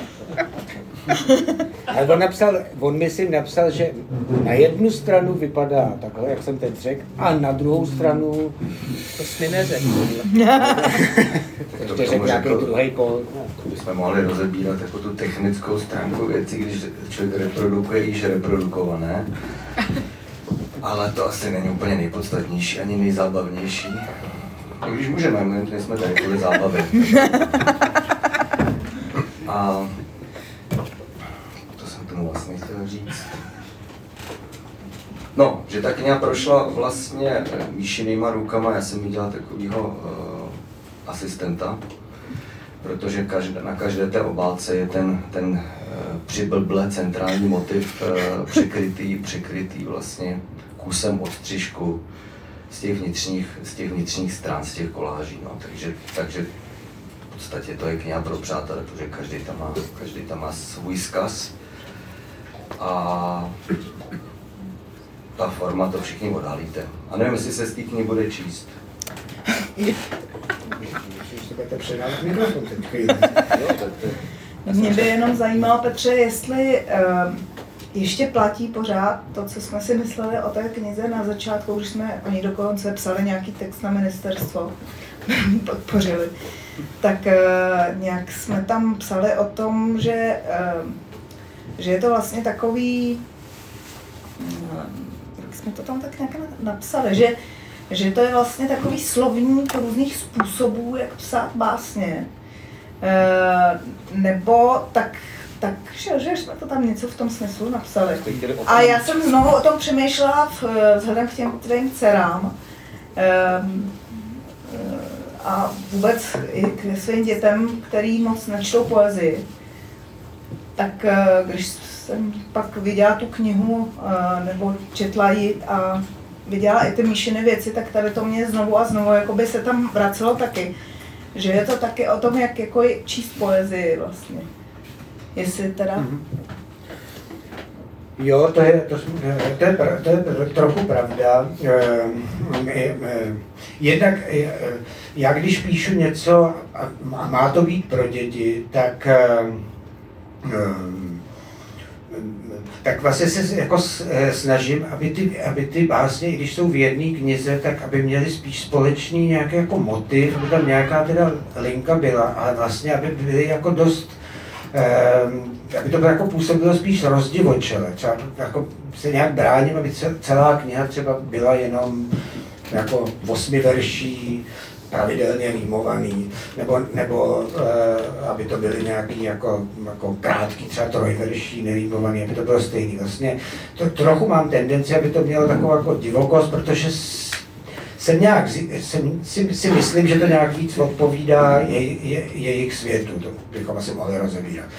[SPEAKER 1] Ale on napsal, on myslím napsal, že na jednu stranu vypadá takhle, jak jsem teď řekl, a na druhou stranu
[SPEAKER 4] to jsi mi neřekl.
[SPEAKER 1] Ještě řekl nějaký druhý kol.
[SPEAKER 5] To bychom mohli rozebírat jako tu technickou stránku věcí, když člověk reprodukuje již reprodukované. Ale to asi není úplně nejpodstatnější, ani nejzábavnější. I když můžeme, my jsme tady kvůli zábavy. A to jsem tomu vlastně chtěl říct. No, že ta kniha prošla vlastně Míšinýma rukama, já jsem jí dělal takovýho uh, asistenta, protože každé, na každé té obálce je ten, ten uh, přiblble centrální motiv uh, překrytý, překrytý vlastně kusem odstřižku z těch vnitřních, z těch vnitřních stran, z těch koláží, no, takže, takže v podstatě to je kniha pro přátelé, protože každý tam má, každý tam má svůj vzkaz a ta forma, to všichni odhalíte. A nevím, jestli se z té knihy bude číst.
[SPEAKER 2] Mě by jenom zajímalo, Petře, jestli uh, ještě platí pořád to, co jsme si mysleli o té knize na začátku, když jsme o ní dokonce psali nějaký text na ministerstvo, podpořili. Tak uh, nějak jsme tam psali o tom, že, uh, že je to vlastně takový, uh, jak jsme to tam tak nějak napsali, že, že to je vlastně takový slovník různých způsobů, jak psát básně. Uh, nebo tak, tak že, že jsme to tam něco v tom smyslu napsali. A já jsem znovu o tom přemýšlela v, vzhledem k těm tvým dcerám. Uh, uh, a vůbec i k svým dětem, který moc nečtou poezii. Tak uh, když jsem pak viděla tu knihu, uh, nebo četla ji a viděla i ty Míšiny věci, tak tady to mě znovu a znovu jakoby se tam vracelo taky. Že je to taky o tom, jak jako číst poezii vlastně. Jestli teda... Mm-hmm.
[SPEAKER 1] Jo, to je, to, to, je, to je trochu pravda. Jednak já když píšu něco a má to být pro děti, tak tak vlastně se jako snažím, aby ty, aby ty básně, i když jsou v jedné knize, tak aby měly spíš společný nějaký jako motiv, aby tam nějaká teda linka byla, ale vlastně, aby byly jako dost, eh, aby to bylo jako působilo spíš rozdivočele. Třeba jako se nějak bráním, aby celá kniha třeba byla jenom jako osmi verší, pravidelně rýmovaný, nebo, nebo e, aby to byly nějaký jako, jako krátký, třeba trojverší, nerýmovaný, aby to bylo stejný. Vlastně to, trochu mám tendenci, aby to mělo takovou jako divokost, protože jsem nějak, jsem, si, si myslím, že to nějak víc odpovídá jej, je, jejich světu, to bychom asi mohli rozebírat.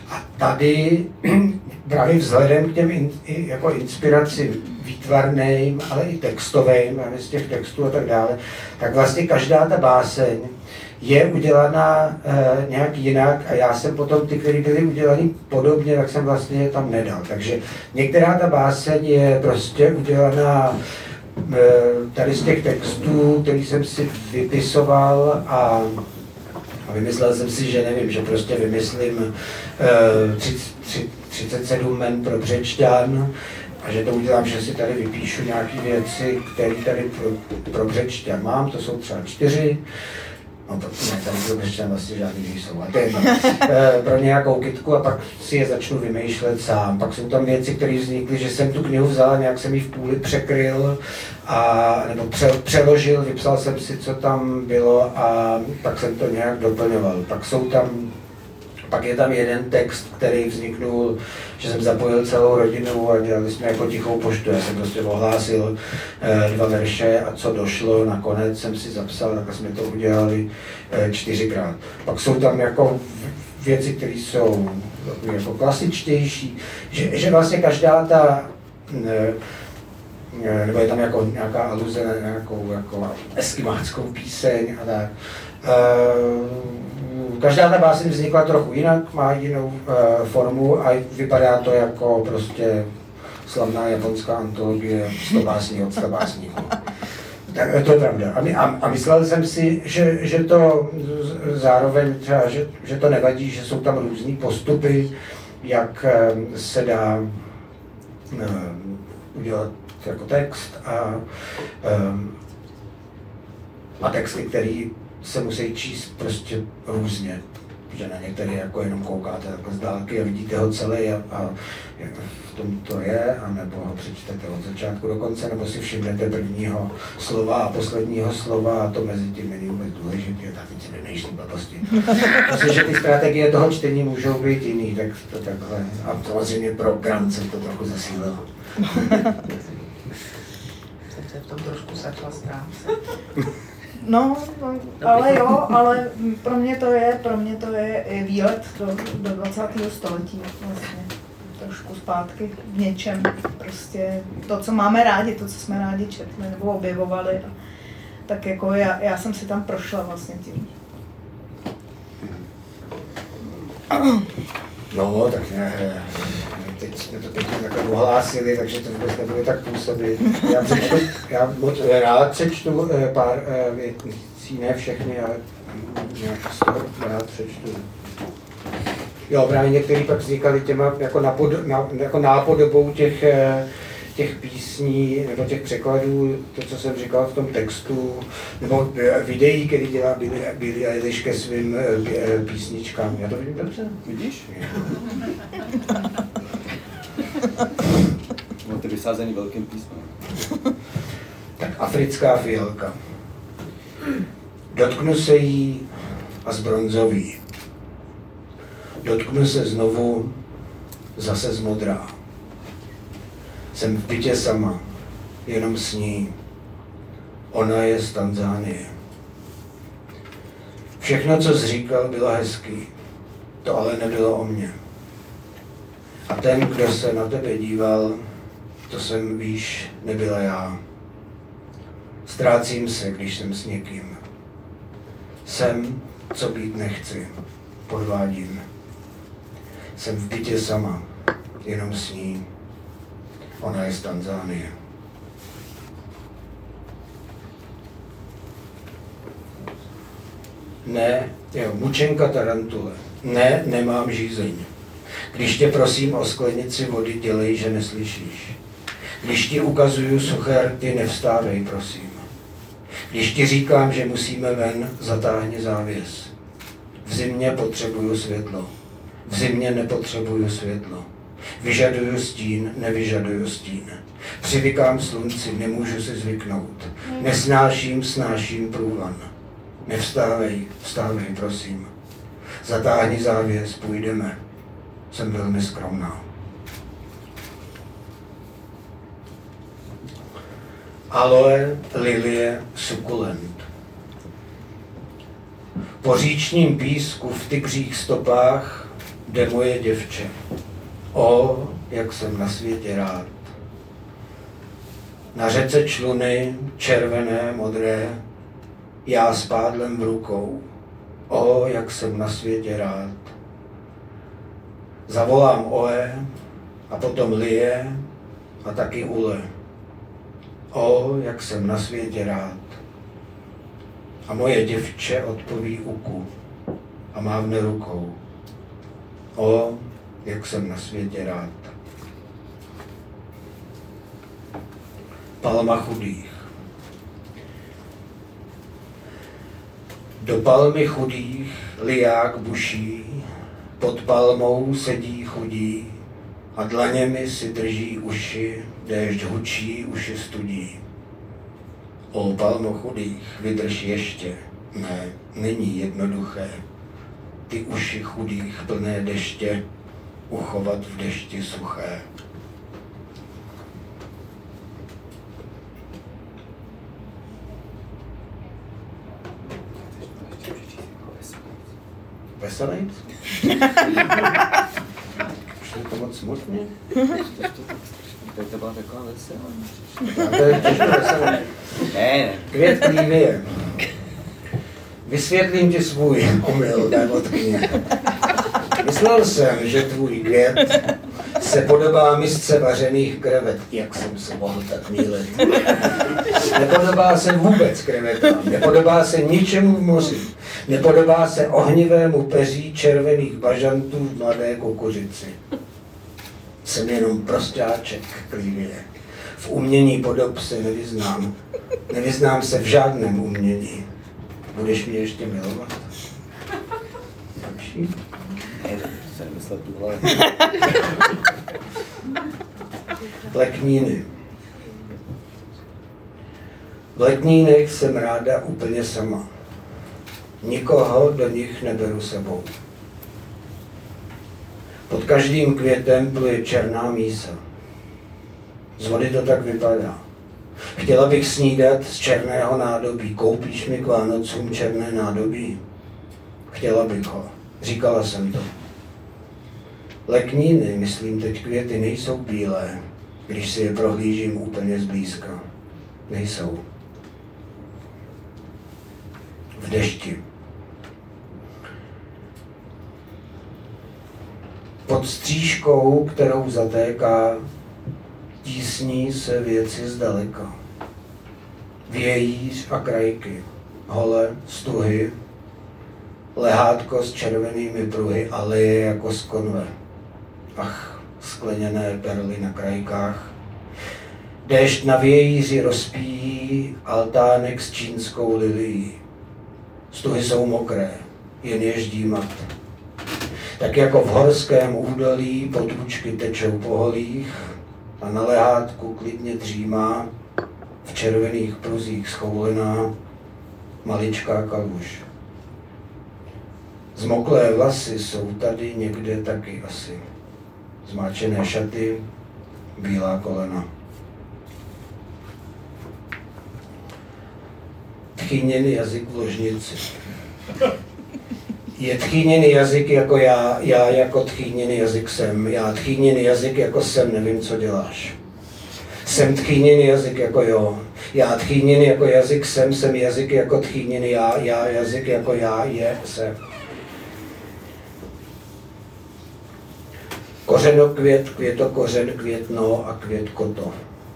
[SPEAKER 1] A tady právě vzhledem k těm in, jako inspiraci výtvarným, ale i textovým, z těch textů a tak dále, tak vlastně každá ta báseň je udělaná e, nějak jinak a já jsem potom ty, které byly udělané podobně, tak jsem vlastně je tam nedal. Takže některá ta báseň je prostě udělaná e, tady z těch textů, který jsem si vypisoval a A vymyslel jsem si, že nevím, že prostě vymyslím uh, třicet sedm men pro Břečťan a že to udělám, že si tady vypíšu nějaké věci, které tady pro, pro Břečťan mám, to jsou třeba čtyři. No, ne, tady pro Břečťan vlastně žádný nejsou, a to je e, pro nějakou kytku a pak si je začnu vymýšlet sám. Pak jsou tam věci, které vznikly, že jsem tu knihu vzal, nějak jsem ji v půli překryl, a, nebo pře, přeložil, vypsal jsem si, co tam bylo a pak jsem to nějak doplňoval. Pak jsou tam, pak je tam jeden text, který vzniknul, že jsem zapojil celou rodinu a dělali jsme jako tichou poštu. Já jsem prostě ohlásil e, dva verše a co došlo, nakonec jsem si zapsal, tak jsme to udělali e, čtyřikrát. Pak jsou tam jako věci, které jsou jako klasičtější, že, že vlastně každá ta, e, nebo je tam jako nějaká aluze na nějakou jako eskimáckou píseň a tak. E, každá ta báseň vznikla trochu jinak, má jinou e, formu a vypadá to jako prostě slavná japonská antologie sto básní od sto básníků. Tak to je pravda. A, my, a, a myslel jsem si, že, že to zároveň třeba, že, že to nevadí, že jsou tam různý postupy, jak se dá e, udělat jako text a, a texty, které se musí číst prostě různě. Že na některé jako jenom koukáte takhle z dálky a vidíte ho celý a, a v tom to je, anebo ho přečtete od začátku do konce, nebo si všimnete prvního slova a posledního slova a to mezi tím není vůbec důležité, tak teď si vymýšlí blbosti. Myslím, že ty strategie toho čtení můžou být jiný, tak to takhle. A samozřejmě pro Grant jsem to trochu zasílil.
[SPEAKER 4] Jsem se v tom trošku sakla stránce.
[SPEAKER 2] No, ale jo, ale pro mě to je, pro mě to je výlet do, do dvacátého století vlastně. Trošku zpátky v něčem. Prostě to, co máme rádi, to, co jsme rádi četli nebo objevovali. Tak jako já, já jsem si tam prošla vlastně tím.
[SPEAKER 1] No, tak ne, teď jsme to teď takhle ohlásili, takže to vůbec nebude tak působit. Já, přečtu, já moc rád přečtu pár věcí, ne všechny, ale nějak rád přečtu. Jo, právě některý pak vznikali těma jako, napod, na, jako nápodobou těch, těch písní nebo těch překladů, to, co jsem říkal v tom textu, nebo videí, který dělá Billie Eilish ke svým písničkám. Já to vidím dobře?
[SPEAKER 3] Vidíš? No, ty vysázený velkým písmem.
[SPEAKER 1] Tak africká fialka. Dotknu se jí a zbronzový. Dotknu se znovu, zase zmodrá. Jsem v bytě sama, jenom s ní. Ona je z Tanzánie. Všechno, co jsi říkal, bylo hezký. To ale nebylo o mně. A ten, kdo se na tebe díval, to jsem, víš, nebyla já. Ztrácím se, když jsem s někým. Jsem, co být nechci. Podvádím. Jsem v bytě sama, jenom s ní. Ona je z Tanzánie. Ne, jo, mučenka tarantule. Ne, nemám žízeň. Když tě prosím o sklenici vody, dělej, že neslyšíš. Když ti ukazuju suché rty, nevstávej, prosím. Když ti říkám, že musíme ven, zatáhni závěs. V zimě potřebuju světlo. V zimě nepotřebuju světlo. Vyžaduju stín, nevyžaduju stín. Přivykám slunci, nemůžu si zvyknout. Nesnáším, snáším průvan. Nevstávej, vstávej, prosím. Zatáhni závěs, půjdeme. Jsem velmi skromná. Aloe, lilie, sukulent. Po říčním písku v tygřích stopách jde moje děvče. O, jak jsem na světě rád. Na řece čluny, červené, modré, já s pádlem v rukou. O, jak jsem na světě rád. Zavolám oe a potom lije a taky ule. O, jak jsem na světě rád. A moje děvče odpoví uku a mávne rukou. O, jak jsem na světě rád. Palma chudých. Do palmy chudých liják buší, pod palmou sedí chudí a dlaněmi si drží uši, déšť hučí, uši studí. O palmo chudých, vydrž ještě, ne, není jednoduché, ty uši chudých plné deště uchovat v dešti suché. Veselejc? Už je to moc smutně?
[SPEAKER 3] To byla taková veselá.
[SPEAKER 1] To je těžko veselé.
[SPEAKER 3] Ne, ne.
[SPEAKER 1] Květ klívie. Vysvětlím ti svůj omyl, dévotkyně. Myslel jsem, že tvůj květ se podobá misce vařených krevet, jak jsem se mohl tak mýlit. Nepodobá se vůbec krevetám, nepodobá se ničemu v moři, nepodobá se ohnivému peří červených bažantů v mladé kukuřici. Jsem jenom prostáček klívie. V umění podob se nevyznám. Nevyznám se v žádném umění. Budeš mě ještě milovat? Další?
[SPEAKER 3] Ne, jsem nemyslel tuhle.
[SPEAKER 1] Lekníny. V leknínech jsem ráda úplně sama. Nikoho do nich neberu sebou. Pod každým květem pluje černá mísa. Z vody to tak vypadá. Chtěla bych snídat z černého nádobí. Koupíš mi k Vánocům černé nádobí? Chtěla bych ho. Říkala jsem to. Lekníny, myslím teď květy, nejsou bílé, když si je prohlížím úplně zblízka. Nejsou. V dešti. Pod střížkou, kterou zatéká, tísní se věci zdaleka. Vějíř a krajky, hole, stuhy, lehátko s červenými pruhy a leje jako z konve. Ach, skleněné perly na krajkách. Déšť na vějíři rozpíjí altánek s čínskou lilií. Stuhy jsou mokré, jen ježdí mat. Tak jako v horském údolí potůčky tečou po holích a na lehátku klidně dřímá v červených pruzích schoulená maličká kaluž. Zmoklé vlasy jsou tady někde taky asi. Zmáčené šaty, bílá kolena. Tchýněný jazyk v ložnici. Je tchýněný jazyk jako já, já jako tchýněný jazyk jsem. Já tchýněný jazyk jako jsem, nevím, co děláš. Jsem tchýněný jazyk jako jo. Já tchýněný jako jazyk jsem, jsem jazyk jako tchýněný já, já jazyk jako já, je, jsem. Kořenokvět, květokořen, květno a květkoto.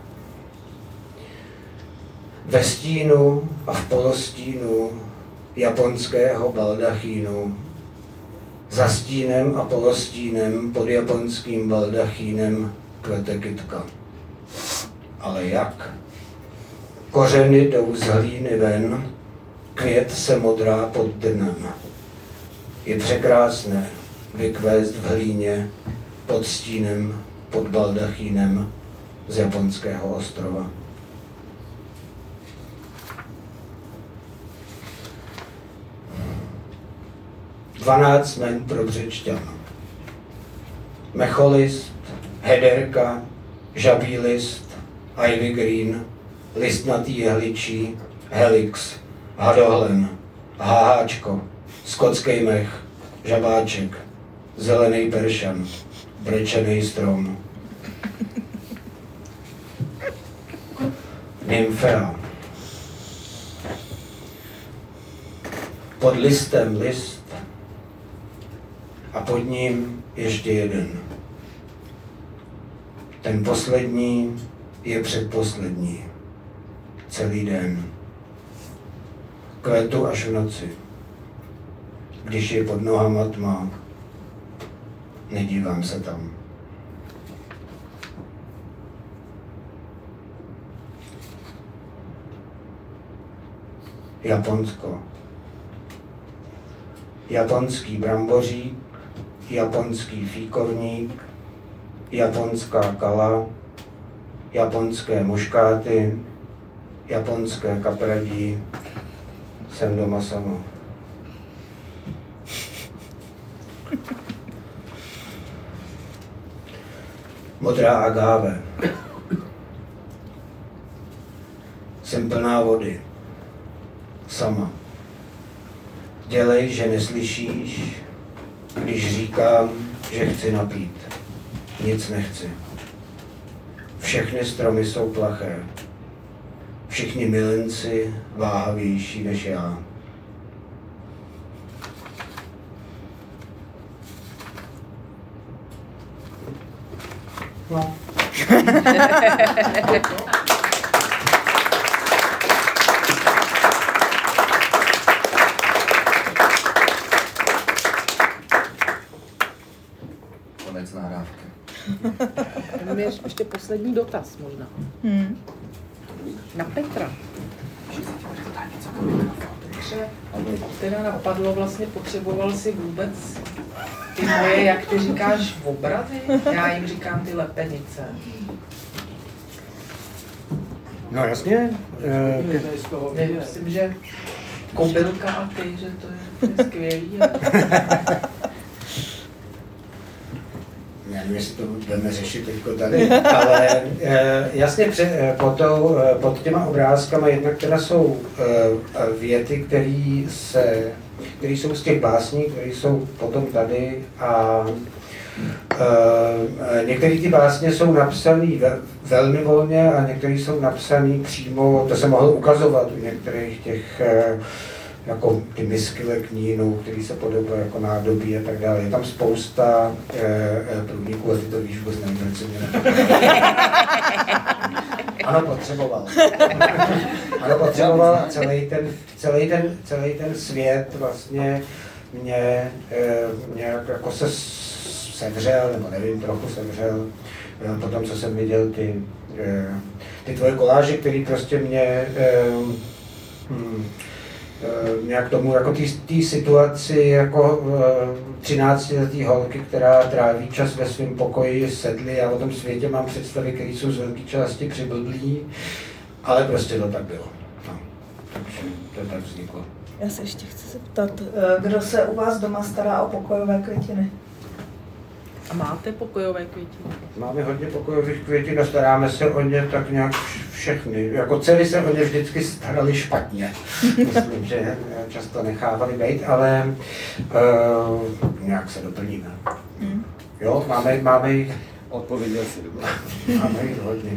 [SPEAKER 1] Ve stínu a v polostínu japonského baldachínu, za stínem a polostínem pod japonským baldachínem kvete kytka. Ale jak? Kořeny jdou z hlíny ven, květ se modrá pod dnem. Je překrásné vykvést v hlíně pod stínem, pod baldachínem z japonského ostrova. Dvanáct jmen pro Břečťan. Mecholist, hederka, žabí list, ivy green, listnatý jehličí, helix, hadohlen, háháčko, skotský mech, žabáček, zelený peršan, brečený strom. Nymfea. Pod listem list a pod ním ještě jeden. Ten poslední je předposlední. Celý den. Kvetu až v noci. Když je pod nohama tma, nedívám se tam. Japonsko. Japonský brambořík, japonský fíkovník, japonská kala, japonské muškáty, japonské kapradí. Jsem doma sama. Modrá agáve. Jsem plná vody. Sama. Dělej, že neslyšíš, když říkám, že chci napít. Nic nechci. Všechny stromy jsou plaché. Všichni milenci váhavější než já.
[SPEAKER 4] No.
[SPEAKER 5] Konec nahrávky.
[SPEAKER 4] Jenom je ještě poslední dotaz možná.
[SPEAKER 2] Hmm.
[SPEAKER 4] Na Petra. Petře, teda napadlo, vlastně potřeboval si vůbec ty moje, jak ty říkáš, obrazy? Já jim říkám ty lepenice.
[SPEAKER 1] No jasně. E,
[SPEAKER 4] Já myslím, že kobylka a ty, že to je, to je skvělý.
[SPEAKER 1] nevím, jestli to budeme řešit teďko tady, ale e, jasně pře, pod, pod těma obrázkama jednak teda jsou e, věty, které se, které jsou z těch básní, které jsou potom tady a e, některé ty básně jsou napsané ve, velmi volně a některé jsou napsané přímo, to se mohlo ukazovat u některých těch e, jako ty misky leknínou, který se podobají jako nádobí a tak dále. Je tam spousta e, e, průniků a ty to víš, vůbec nevím, proč se mě Ano, potřeboval. Ano, potřeboval a celý ten, celý ten, celý ten svět vlastně mě e, nějak jako se sevřel, nebo nevím, trochu sevřel. E, potom, co jsem viděl ty, e, ty tvoje koláže, který prostě mě e, hm, nějak tomu, jako té situaci jako třináctiletý holky, která tráví čas ve svém pokoji, sedli, já o tom světě mám představy, které jsou z velké části přiblblí, ale prostě to tak bylo. No, takže to tak vzniklo.
[SPEAKER 2] Já se ještě chci zeptat, kdo se u vás doma stará o pokojové květiny?
[SPEAKER 4] A máte pokojové květiny?
[SPEAKER 1] Máme hodně pokojových květin a staráme se o ně tak nějak všechny. Jako dcery se o ně vždycky starali špatně. Myslím, že často nechávali být, ale uh, nějak se doplníme. Hmm. Jo, máme, máme jich...
[SPEAKER 3] Odpověděl si dobře.
[SPEAKER 1] Máme jich hodně.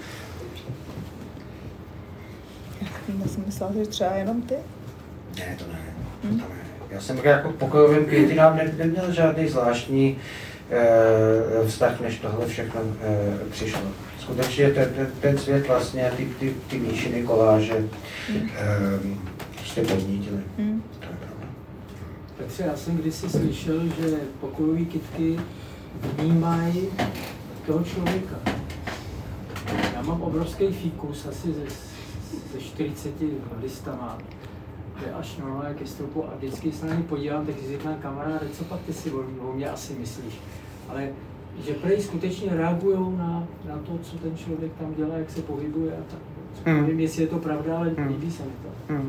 [SPEAKER 2] Já jsem myslela, že třeba jenom ty?
[SPEAKER 1] Ne, to ne. Hmm. To ne. Já jsem jako pokojovým květinám ne, neměl žádný zvláštní e, vztah, než tohle všechno e, přišlo. Skutečně ten, ten, ten svět vlastně, ty, ty, ty míšiny, koláže, hmm. e, prostě podnítily. Hmm. To je pravda.
[SPEAKER 6] Petře, já jsem kdysi slyšel, že pokojové kytky vnímají toho člověka. Já mám obrovský fíkus, asi ze, ze čtyřiceti listama. Je až normálně ke stropu a vždycky se na ně podívám, tak si říkám, kamaráde, co pak ty si o mě asi myslíš. Ale že prej skutečně reagují na, na to, co ten člověk tam dělá, jak se pohybuje a tak. Hmm. Nevím, jestli je to pravda, ale hmm. líbí se mi to. Hmm.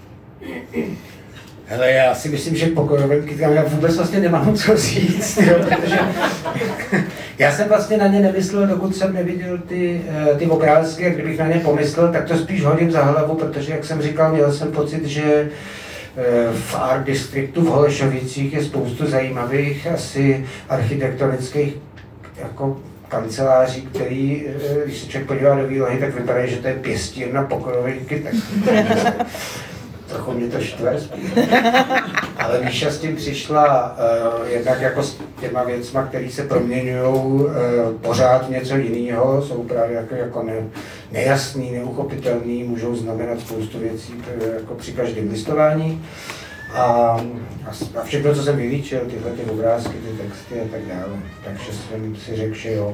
[SPEAKER 1] Hele, já si myslím, že pokojovým kytkám já vůbec vlastně nemám co říct, jo, protože já jsem vlastně na ně nemyslel, dokud jsem neviděl ty, ty obrázky, a kdybych na ně pomyslel, tak to spíš hodím za hlavu, protože, jak jsem říkal, měl jsem pocit, že v Art Districtu v Holešovicích je spoustu zajímavých asi architektonických jako kanceláří, který, když se člověk podívá do výlohy, tak vypadá, že to je pěstírna pokojových kytek. Trochu mě to štve spíš. Ale Míša s tím přišla uh, jednak jako s těma věcma, které se proměňují uh, pořád něco jiného, jsou právě jako, jako ne, nejasný, neuchopitelný, můžou znamenat spoustu věcí jako při každém listování. A, a všechno, co jsem vylíčil, tyhle ty obrázky, ty texty a tak dále. Takže jsem si řekl, že jo.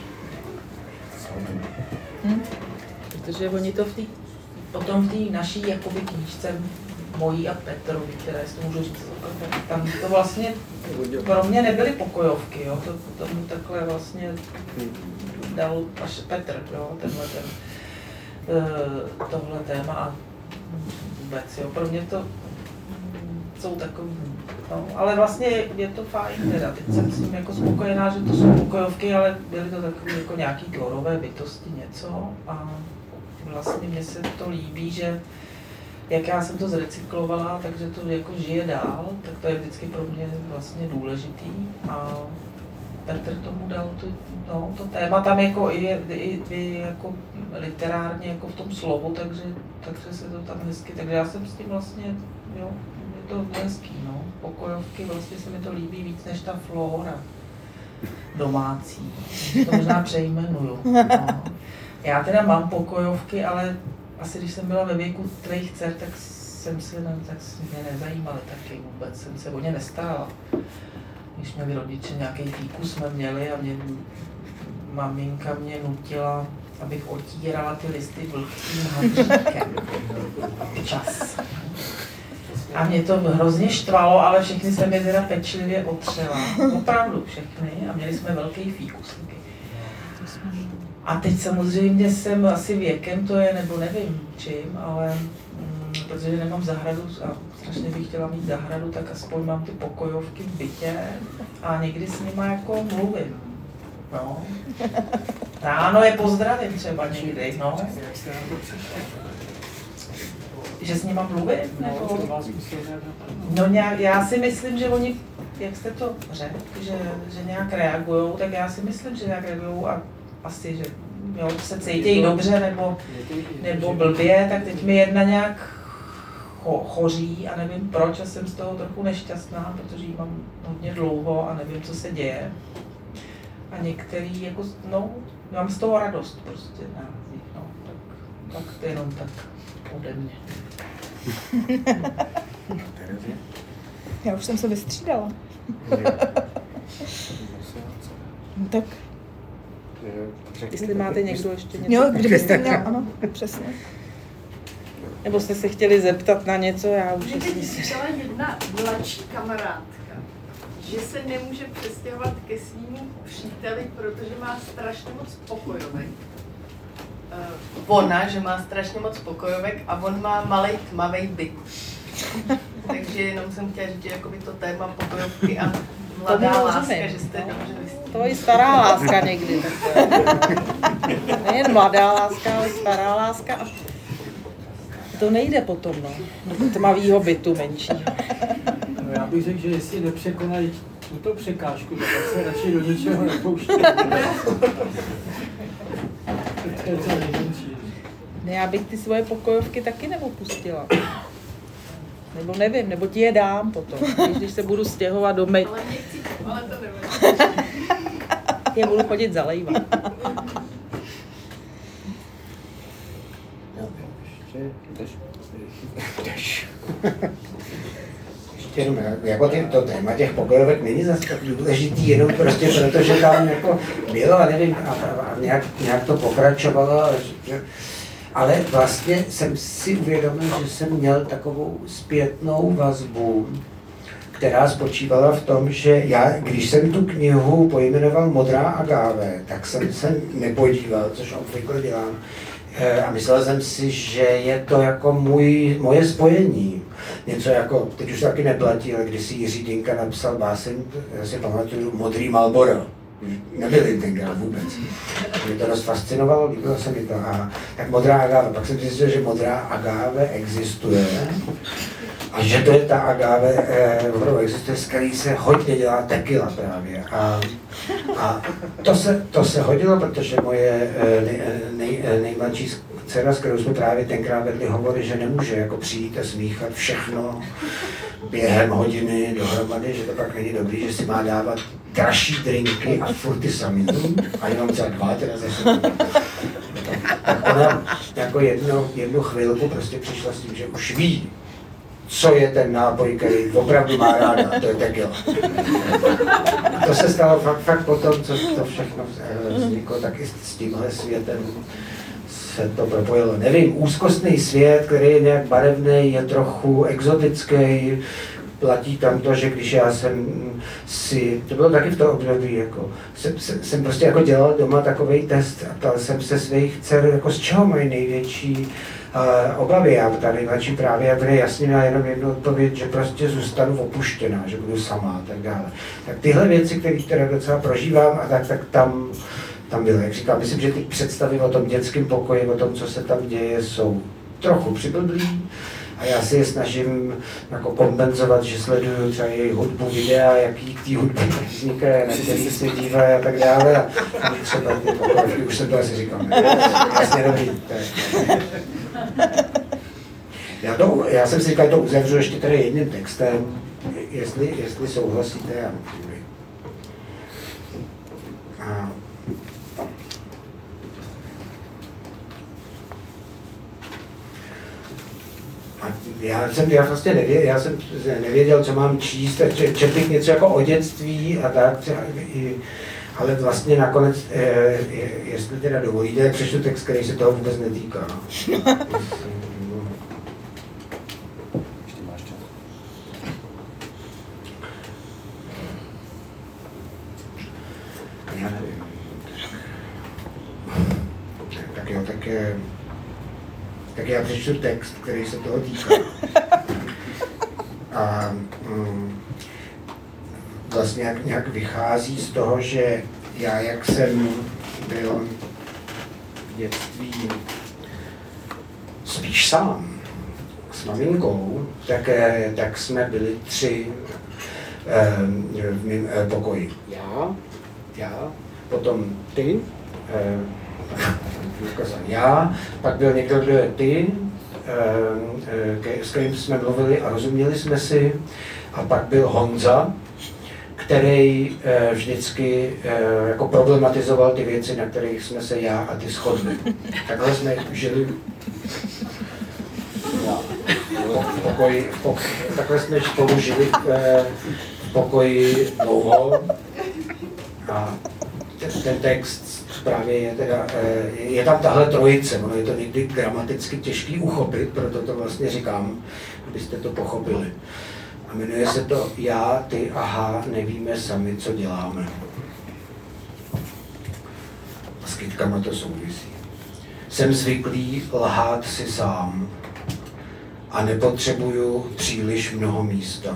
[SPEAKER 4] Hmm. Protože oni to v tý, potom v té naší jakoby knížce mojí a Petrovi, které si to můžu říct, tam to vlastně pro mě nebyly pokojovky, jo? To, to mi takhle vlastně dal až Petr, jo? Tenhle ten, tohle téma a vůbec, jo? Pro mě to jsou takový, no, ale vlastně je to fajn teda, teď jsem s tím jako spokojená, že to jsou pokojovky, ale byly to takové jako nějaký tvorové bytosti něco a vlastně mně se to líbí, že jak já jsem to zrecyklovala, takže to jako žije dál, tak to je vždycky pro mě vlastně důležitý a Petr tomu dal to, no, to téma tam jako i, i, i jako literárně jako v tom slovu, takže, takže se to tam hezky, takže já jsem s tím vlastně, jo, je to hezký, no, pokojovky, vlastně se mi to líbí víc než ta flora domácí, to možná přejmenuju, no. Já teda mám pokojovky, ale asi když jsem byla ve věku tvých dcer, tak jsem se, ne, tak mě nezajímaly taky vůbec, jsem se o ně nestarala. Když měli rodiče nějaký fíkus jsme měli a mě, maminka mě nutila, abych otírala ty listy vlhkým hadříkem. Čas. A mě to hrozně štvalo, ale všechny jsem je teda pečlivě otřela. Opravdu všechny a měli jsme velký fíkus. A teď samozřejmě jsem asi věkem to je, nebo nevím čím, ale mm, protože nemám zahradu a strašně bych chtěla mít zahradu, tak aspoň mám ty pokojovky v bytě a někdy s nima jako mluvím. No. Ráno je pozdravím třeba někdy, no. Že s nima mluvím, nebo? No nějak, já si myslím, že oni, jak jste to řekl, že, že nějak reagujou, tak já si myslím, že nějak reagujou a asi, že jo, se cítí dobře nebo, nebo blbě, tak teď mi jedna nějak cho, choří a nevím proč a jsem z toho trochu nešťastná, protože ji mám hodně dlouho a nevím, co se děje. A některý, jako, no, mám z toho radost prostě, no, tak, tak to jenom tak ode mě.
[SPEAKER 2] Já už jsem se vystřídala. No tak.
[SPEAKER 4] Jestli máte někdo ještě něco?
[SPEAKER 2] Jo, kdybyste měl, ano, přesně.
[SPEAKER 4] Nebo jste se chtěli zeptat na něco, já už
[SPEAKER 7] mě teď říkala jedna mladší kamarádka, že se nemůže přestěhovat ke svému příteli, protože má strašně moc pokojovek. Uh, ona, že má strašně moc pokojovek a on má malý tmavý byt. Takže jenom jsem chtěla říct, že jakoby to téma pokojovky a mladá láska, že jste dobře vystřídali.
[SPEAKER 4] To je stará láska někdy. Nejen mladá láska, ale stará láska. To nejde potom, no. Do tmavýho bytu menšího.
[SPEAKER 6] No, já bych řekl, že jestli nepřekonají tuto překážku, tak se radši do ničeho nepouští. To je to nejmenší.
[SPEAKER 4] Ne, já bych ty svoje pokojovky taky nepustila. Nebo nevím, nebo ti je dám potom, když, když se budu stěhovat do my.
[SPEAKER 7] Ale nechci, ale to nevím.
[SPEAKER 4] Je budu chodit zalejvat.
[SPEAKER 1] Ještě jenom, jako ty, to téma těch pokojovek není zase tak důležitý, jenom prostě proto, že tam jako bylo a nevím, a, a nějak, nějak to pokračovalo, že, ale vlastně jsem si uvědomil, že jsem měl takovou zpětnou vazbu, která spočívala v tom, že já, když jsem tu knihu pojmenoval Modrá agáve, tak jsem se nepodíval, což obvykle dělám, a myslel jsem si, že je to jako můj, moje spojení. Něco jako, teď už taky neplatí, ale když si Jiří Dinka napsal báseň, já si pamatuju, Modrý Marlboro. Nebyl tenkrát vůbec. Mě to dost fascinovalo, líbilo se mi to. A tak Modrá agáve, pak jsem zjistil, že Modrá agáve existuje. A že to je ta agave, eh, opravdu existuje, z který se hodně dělá tequila právě. A, a to, se, to se hodilo, protože moje eh, nej, nej, nejmladší dcera, s kterou jsme právě tenkrát vedli hovory, že nemůže jako přijít a smíchat všechno během hodiny dohromady, že to pak není dobrý, že si má dávat dražší drinky a furt ty samý. A jenom za dva, teda zase. Tak ona jako jedno, jednu chvilku prostě přišla s tím, že už ví, co je ten nápoj, který opravdu má ráda, a to je tequila. A to se stalo fakt, fakt potom, co to všechno vzniklo, tak i s tímhle světem se to propojilo. Nevím, úzkostný svět, který je nějak barevný, je trochu exotický, platí tam to, že když já jsem si, to bylo taky v tom období, jako, jsem, jsem prostě jako dělal doma takovej test a ptal jsem se svých dcer, jako z čeho mají největší uh, obavy. Já ta nejmladší právě, a bude jasně měla jenom jednu odpověď, že prostě zůstanu opuštěná, že budu sama a tak dále. Tak tyhle věci, které teda docela prožívám a tak, tak tam, tam bylo, jak říkám, myslím, že ty představy o tom dětském pokoji, o tom, co se tam děje, jsou trochu přiblblý. A já si je snažím jako kompenzovat, že sleduju třeba jejich hudbu, videa, jaký té hudby vznikají, na který se dívají a tak dále. A třeba ty pokorovky, už jsem to asi říkal, jasně dobrý. Já, to, já jsem si říkal, to uzavřu ještě tady jedním textem, jestli, jestli souhlasíte. Já a Já jsem, já vlastně nevěděl, já jsem nevěděl, co mám číst, četl bych něco jako o dětství a tak, ale vlastně nakonec, jestli teda dovolíte, přečtu text, který se toho vůbec netýká.
[SPEAKER 3] Ještě máš čas.
[SPEAKER 1] Já nevím. Tak jo, tak je... Tak já přečtu text, který se toho týká. A mm, vlastně jak, nějak vychází z toho, že já, jak jsem byl v dětství spíš sám s maminkou, tak, tak jsme byli tři eh, v mém eh, pokoji. Já, já, potom ty, eh, já, pak byl někdo, kdo je ty, s kterým jsme mluvili a rozuměli jsme si, a pak byl Honza, který vždycky jako problematizoval ty věci, na kterých jsme se já a ty shodli. Takhle jsme žili v pokoji, v pokoji, takhle jsme spolu žili v pokoji dlouho a ten text právě je teda, je tam tahle trojice, ono je to někdy gramaticky těžký uchopit, proto to vlastně říkám, abyste to pochopili. A jmenuje se to Já, ty, aha, nevíme sami, co děláme. A s kytkama to souvisí. Jsem zvyklý lhát si sám a nepotřebuju příliš mnoho místa.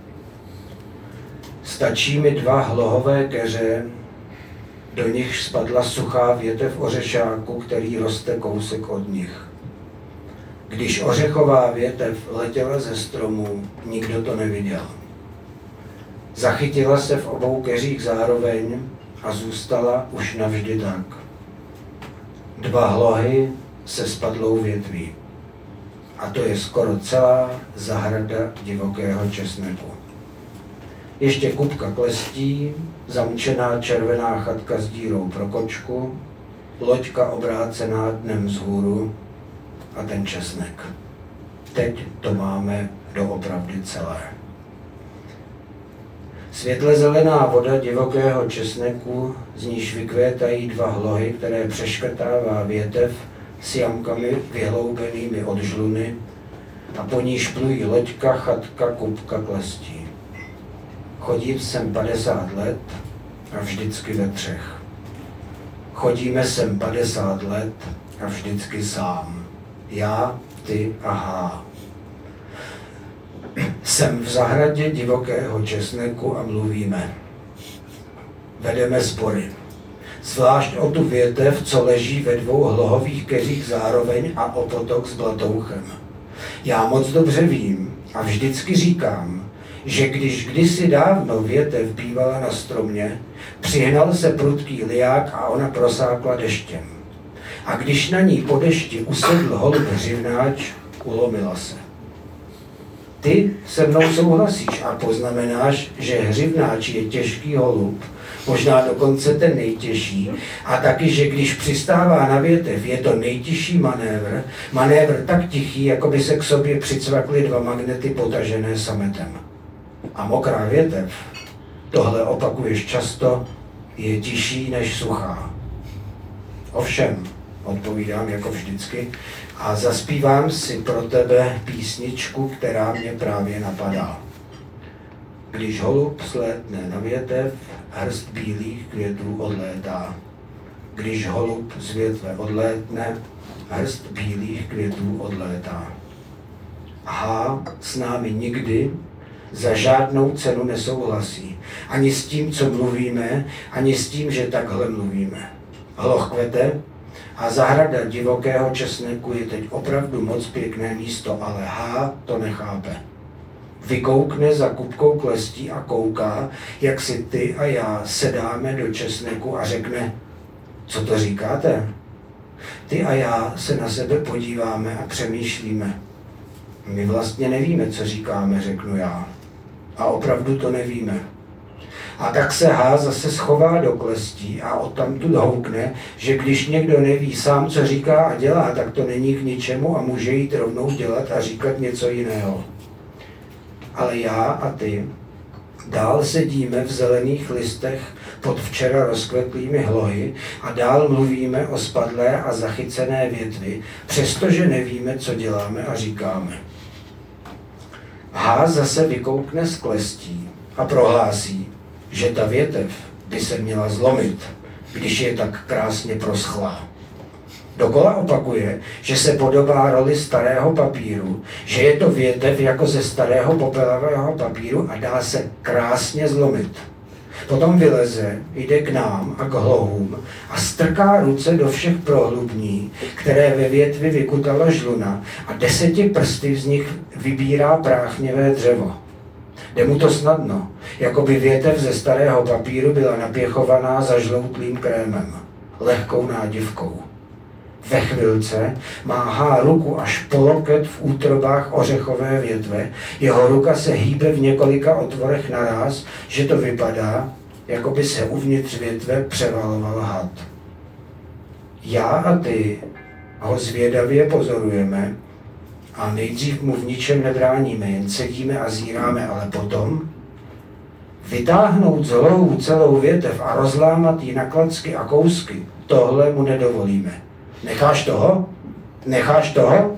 [SPEAKER 1] Stačí mi dva hlohové keře, do nich spadla suchá větev ořešáku, který roste kousek od nich. Když ořechová větev letěla ze stromu, nikdo to neviděl. Zachytila se v obou keřích zároveň a zůstala už navždy tak. Dva hlohy se spadlou větví. A to je skoro celá zahrada divokého česneku. Ještě kupka klestí, zamčená červená chatka s dírou pro kočku, loďka obrácená dnem vzhůru a ten česnek. Teď to máme doopravdy celé. Světle zelená voda divokého česneku, z níž vykvétají dva hlohy, které přeškrtává větev s jamkami vyhloubenými od žluny a po níž plují loďka, chatka, kupka klestí. Chodím sem padesát let a vždycky ve třech. Chodíme sem padesát let a vždycky sám. Já, ty, aha. Jsem v zahradě divokého česneku a mluvíme. Vedeme spory. Zvlášť o tu větev, co leží ve dvou hlohových keřích zároveň a o potok s blatouchem. Já moc dobře vím, A vždycky říkám, že když kdysi dávno větev bývala na stromě, přihnal se prudký liák a ona prosákla deštěm. A když na ní po dešti usedl holub hřivnáč, ulomila se. Ty se mnou souhlasíš a poznamenáš, že hřivnáč je těžký holub, možná dokonce ten nejtěžší, a taky, že když přistává na větev, je to nejtěžší manévr, manévr tak tichý, jako by se k sobě přicvakly dva magnety potažené sametem. A mokrá větev, tohle opakuješ často, je tišší než suchá. Ovšem, odpovídám jako vždycky, a zaspívám si pro tebe písničku, která mě právě napadá. Když holub slétne na větev, hrst bílých květů odlétá. Když holub z větve odlétne, hrst bílých květů odlétá. H s námi nikdy za žádnou cenu nesouhlasí. Ani s tím, co mluvíme, ani s tím, že takhle mluvíme. Hloch kvete a zahrada divokého česneku je teď opravdu moc pěkné místo, ale H to nechápe. Vykoukne za kupkou klestí a kouká, jak si ty a já sedáme do česneku a řekne, co to říkáte? Ty a já se na sebe podíváme a přemýšlíme. My vlastně nevíme, co říkáme, řeknu já. A opravdu to nevíme. A tak se H zase schová do klestí a odtamtud houkne, že když někdo neví sám, co říká a dělá, tak to není k ničemu a může jít rovnou dělat a říkat něco jiného. Ale já a ty dál sedíme v zelených listech pod včera rozkvetlými hlohy a dál mluvíme o spadlé a zachycené větvi, přestože nevíme, co děláme a říkáme. H zase vykoukne z klestí a prohlásí, že ta větev by se měla zlomit, když je tak krásně proschlá. Dokola opakuje, že se podobá roli starého papíru, že je to větev jako ze starého popelavého papíru a dá se krásně zlomit. Potom vyleze, jde k nám a k hlohům a strká ruce do všech prohlubní, které ve větvi vykutala žluna a deseti prsty z nich vybírá práchnivé dřevo. Jde mu to snadno, jako by větev ze starého papíru byla napěchovaná zažloutlým krémem, lehkou nádivkou. Ve chvilce má H ruku až po loket v útrobách ořechové větve, jeho ruka se hýbe v několika otvorech naráz, že to vypadá, jako by se uvnitř větve převaloval had. Já a ty ho zvědavě pozorujeme a nejdřív mu v ničem nebráníme, jen sedíme a zíráme, ale potom vytáhnout z hlohů celou větev a rozlámat ji na klacky a kousky, tohle mu nedovolíme. Necháš toho? Necháš toho?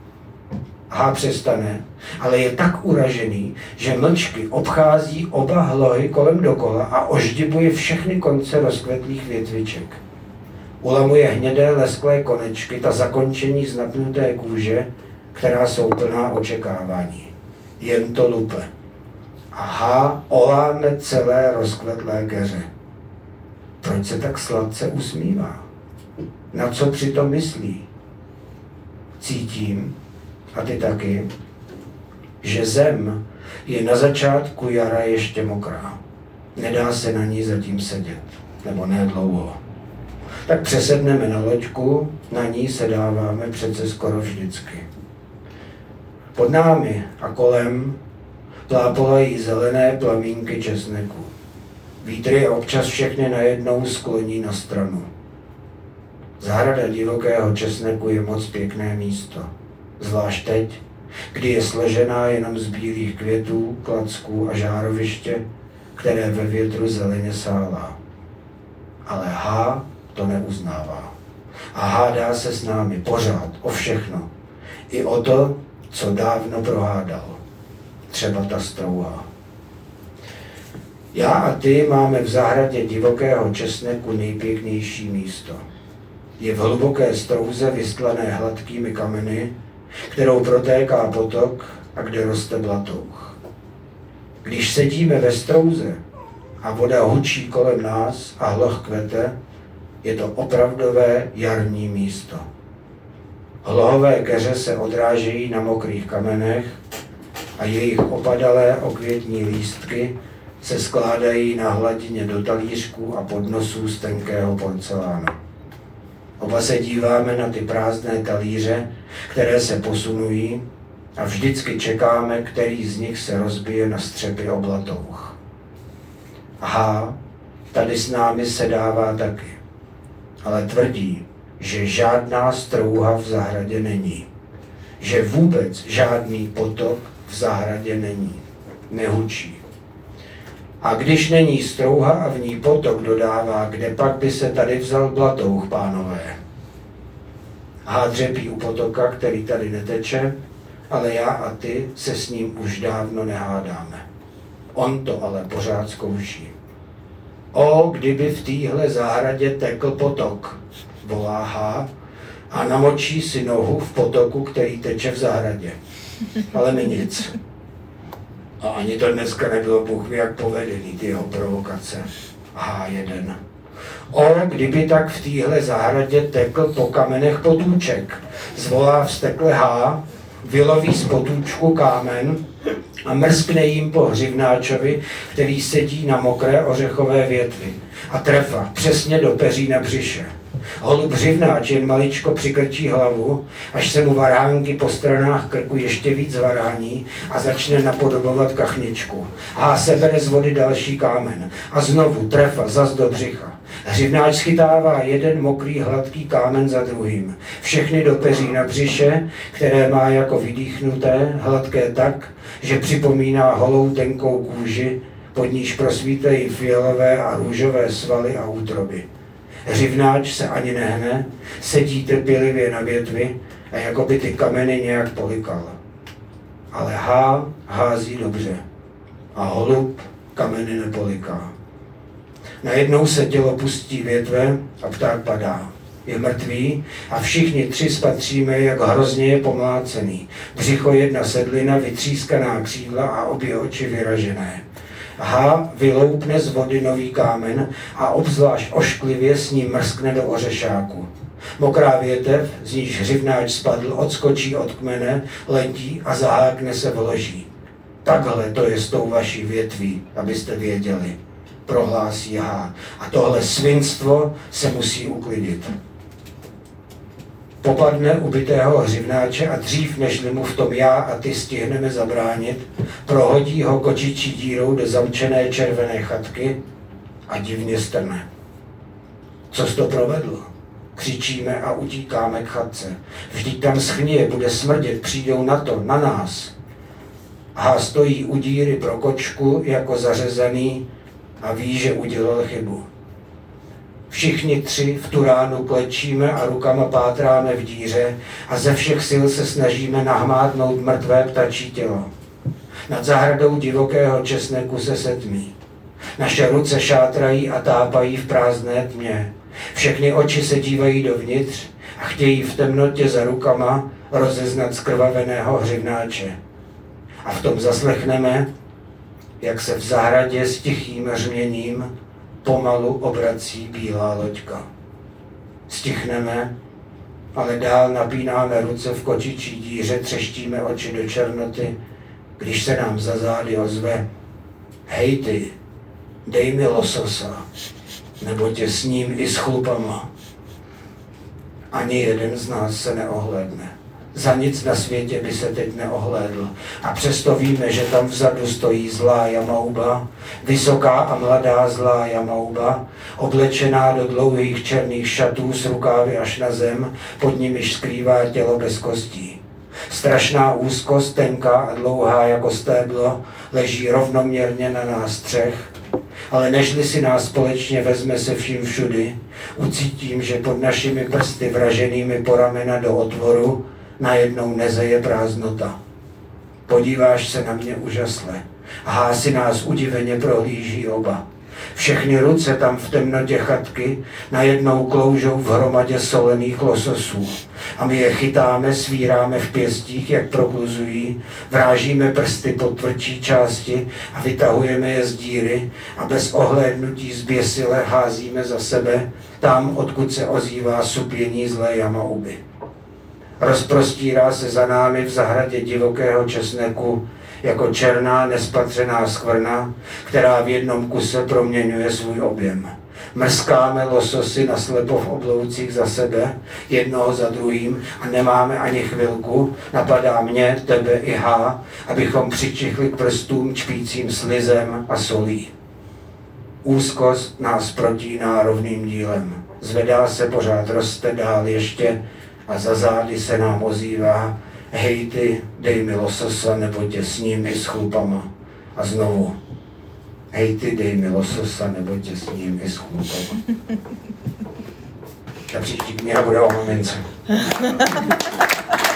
[SPEAKER 1] H přestane, ale je tak uražený, že mlčky obchází oba hlohy kolem dokola a oždibuje všechny konce rozkvetlých větviček. Ulamuje hnědé lesklé konečky, ta zakončení z napnuté kůže, která jsou plná očekávání. Jen to lupe. A H oláme celé rozkvetlé keře. Proč se tak sladce usmívá? Na co přitom myslí? Cítím, a ty taky, že zem je na začátku jara ještě mokrá. Nedá se na ní zatím sedět, nebo ne dlouho. Tak přesedneme na loďku, na ní sedáváme přece skoro vždycky. Pod námi a kolem plápolají zelené plamínky česneku. Vítr je občas všechny najednou skloní na stranu. Zahrada divokého česneku je moc pěkné místo. Zvlášť teď, kdy je složená jenom z bílých květů, klacků a žároviště, které ve větru zeleně sálá. Ale H to neuznává. A hádá se s námi pořád o všechno. I o to, co dávno prohádal. Třeba ta strouha. Já a ty máme v zahradě divokého česneku nejpěknější místo. Je v hluboké strouze vystlané hladkými kameny, kterou protéká potok a kde roste blatouch. Když sedíme ve strouze a voda hučí kolem nás a hloh kvete, je to opravdové jarní místo. Hlohové keře se odrážejí na mokrých kamenech a jejich opadalé okvětní lístky se skládají na hladině do talířků a podnosů z tenkého porcelánu. Oba se díváme na ty prázdné talíře, které se posunují, a vždycky čekáme, který z nich se rozbije na střepy oblatouch. Aha, tady s námi sedává taky, ale tvrdí, že žádná strouha v zahradě není, že vůbec žádný potok v zahradě není, nehučí. A když není strouha a v ní potok, dodává, kde pak by se tady vzal blatouch, pánové. Há dřepí u potoka, který tady neteče, ale já a ty se s ním už dávno nehádáme. On to ale pořád zkouší. O, kdyby v téhle zahradě tekl potok, volá Há a namočí si nohu v potoku, který teče v zahradě. Ale mi nic. A ani to dneska nebylo Bůh ví jak povedený, ty jeho provokace. Há jeden. O, kdyby tak v téhle zahradě tekl po kamenech potůček, zvolá vztekle Há, vyloví z potůčku kámen a mrskne jim po hřivnáčovi, který sedí na mokré ořechové větvi a trefa přesně do peří na břiše. Holub hřivnáč jen maličko přikrčí hlavu, až se mu varhánky po stranách krku ještě víc varání a začne napodobovat kachničku. Há sebere z vody další kámen a znovu trefa zas do břicha. Hřivnáč schytává jeden mokrý hladký kámen za druhým. Všechny do peří na břiše, které má jako vydýchnuté, hladké tak, že připomíná holou tenkou kůži, pod níž prosvítají fialové a růžové svaly a útroby. Hřivnáč se ani nehne, sedí trpělivě na větvi a jako by ty kameny nějak polikal. Ale Há hází dobře a holub kameny nepoliká. Najednou se tělo pustí větve a pták padá. Je mrtvý a všichni tři spatříme, jak hrozně je pomlácený. Břicho jedna sedlina, vytřískaná křídla a obě oči vyražené. Há vyloupne z vody nový kámen a obzvlášť ošklivě s ním mrskne do ořešáku. Mokrá větev, z níž hřivnáč spadl, odskočí od kmene, letí a zahákne se v loží. Takhle to je s tou vaší větví, abyste věděli, prohlásí Há. A tohle svinstvo se musí uklidit. Popadne ubitého hřivnáče a dřív, nežli mu v tom já a ty stihneme zabránit, prohodí ho kočičí dírou do zamčené červené chatky a divně strne. Co jsi to provedl? Křičíme a utíkáme k chatce. Vždyť tam schnije, bude smrdět, přijdou na to, na nás. Há stojí u díry pro kočku jako zařezaný a ví, že udělal chybu. Všichni tři v tu ránu klečíme a rukama pátráme v díře a ze všech sil se snažíme nahmátnout mrtvé ptačí tělo. Nad zahradou divokého česneku se setmí. Naše ruce šátrají a tápají v prázdné tmě. Všechny oči se dívají dovnitř a chtějí v temnotě za rukama rozeznat zkrvaveného hřivnáče. A v tom zaslechneme, jak se v zahradě s tichým řměním pomalu obrací bílá loďka. Stichneme, ale dál napínáme ruce v kočičí díře, třeštíme oči do černoty, když se nám za zády ozve: hej ty, dej mi lososa, nebo tě s ním i s chlupama. Ani jeden z nás se neohlédne. Za nic na světě by se teď neohlédl. A přesto víme, že tam vzadu stojí zlá jamauba, vysoká a mladá zlá jamauba, oblečená do dlouhých černých šatů s rukávy až na zem, pod nimiž skrývá tělo bez kostí. Strašná úzkost, tenká a dlouhá jako stéblo, leží rovnoměrně na nás třech, ale nežli si nás společně vezme se vším všudy, ucítím, že pod našimi prsty vraženými po ramena do otvoru najednou nezeje prázdnota. Podíváš se na mě úžasle. Há si nás udiveně prohlíží oba. Všechny ruce tam v temnotě chatky najednou kloužou v hromadě solených lososů. A my je chytáme, svíráme v pěstích, jak prokluzují, vrážíme prsty pod tvrdší části a vytahujeme je z díry a bez ohlédnutí zběsile házíme za sebe tam, odkud se ozývá supění zlé jamauby. Rozprostírá se za námi v zahradě divokého česneku jako černá nespatřená skvrna, která v jednom kuse proměňuje svůj objem. Mrskáme lososy naslepo v obloucích za sebe, jednoho za druhým a nemáme ani chvilku, napadá mě, tebe i H, abychom přičichli k prstům čpícím slizem a solí. Úzkost nás protíná rovným dílem. Zvedá se, pořád roste dál ještě a za zády se nám ozývá: hej ty, dej mi lososa, nebo tě sním i s chlupama. A znovu: hej ty, dej mi lososa, nebo tě sním i s chlupama. Ta příští kniha bude o mamince.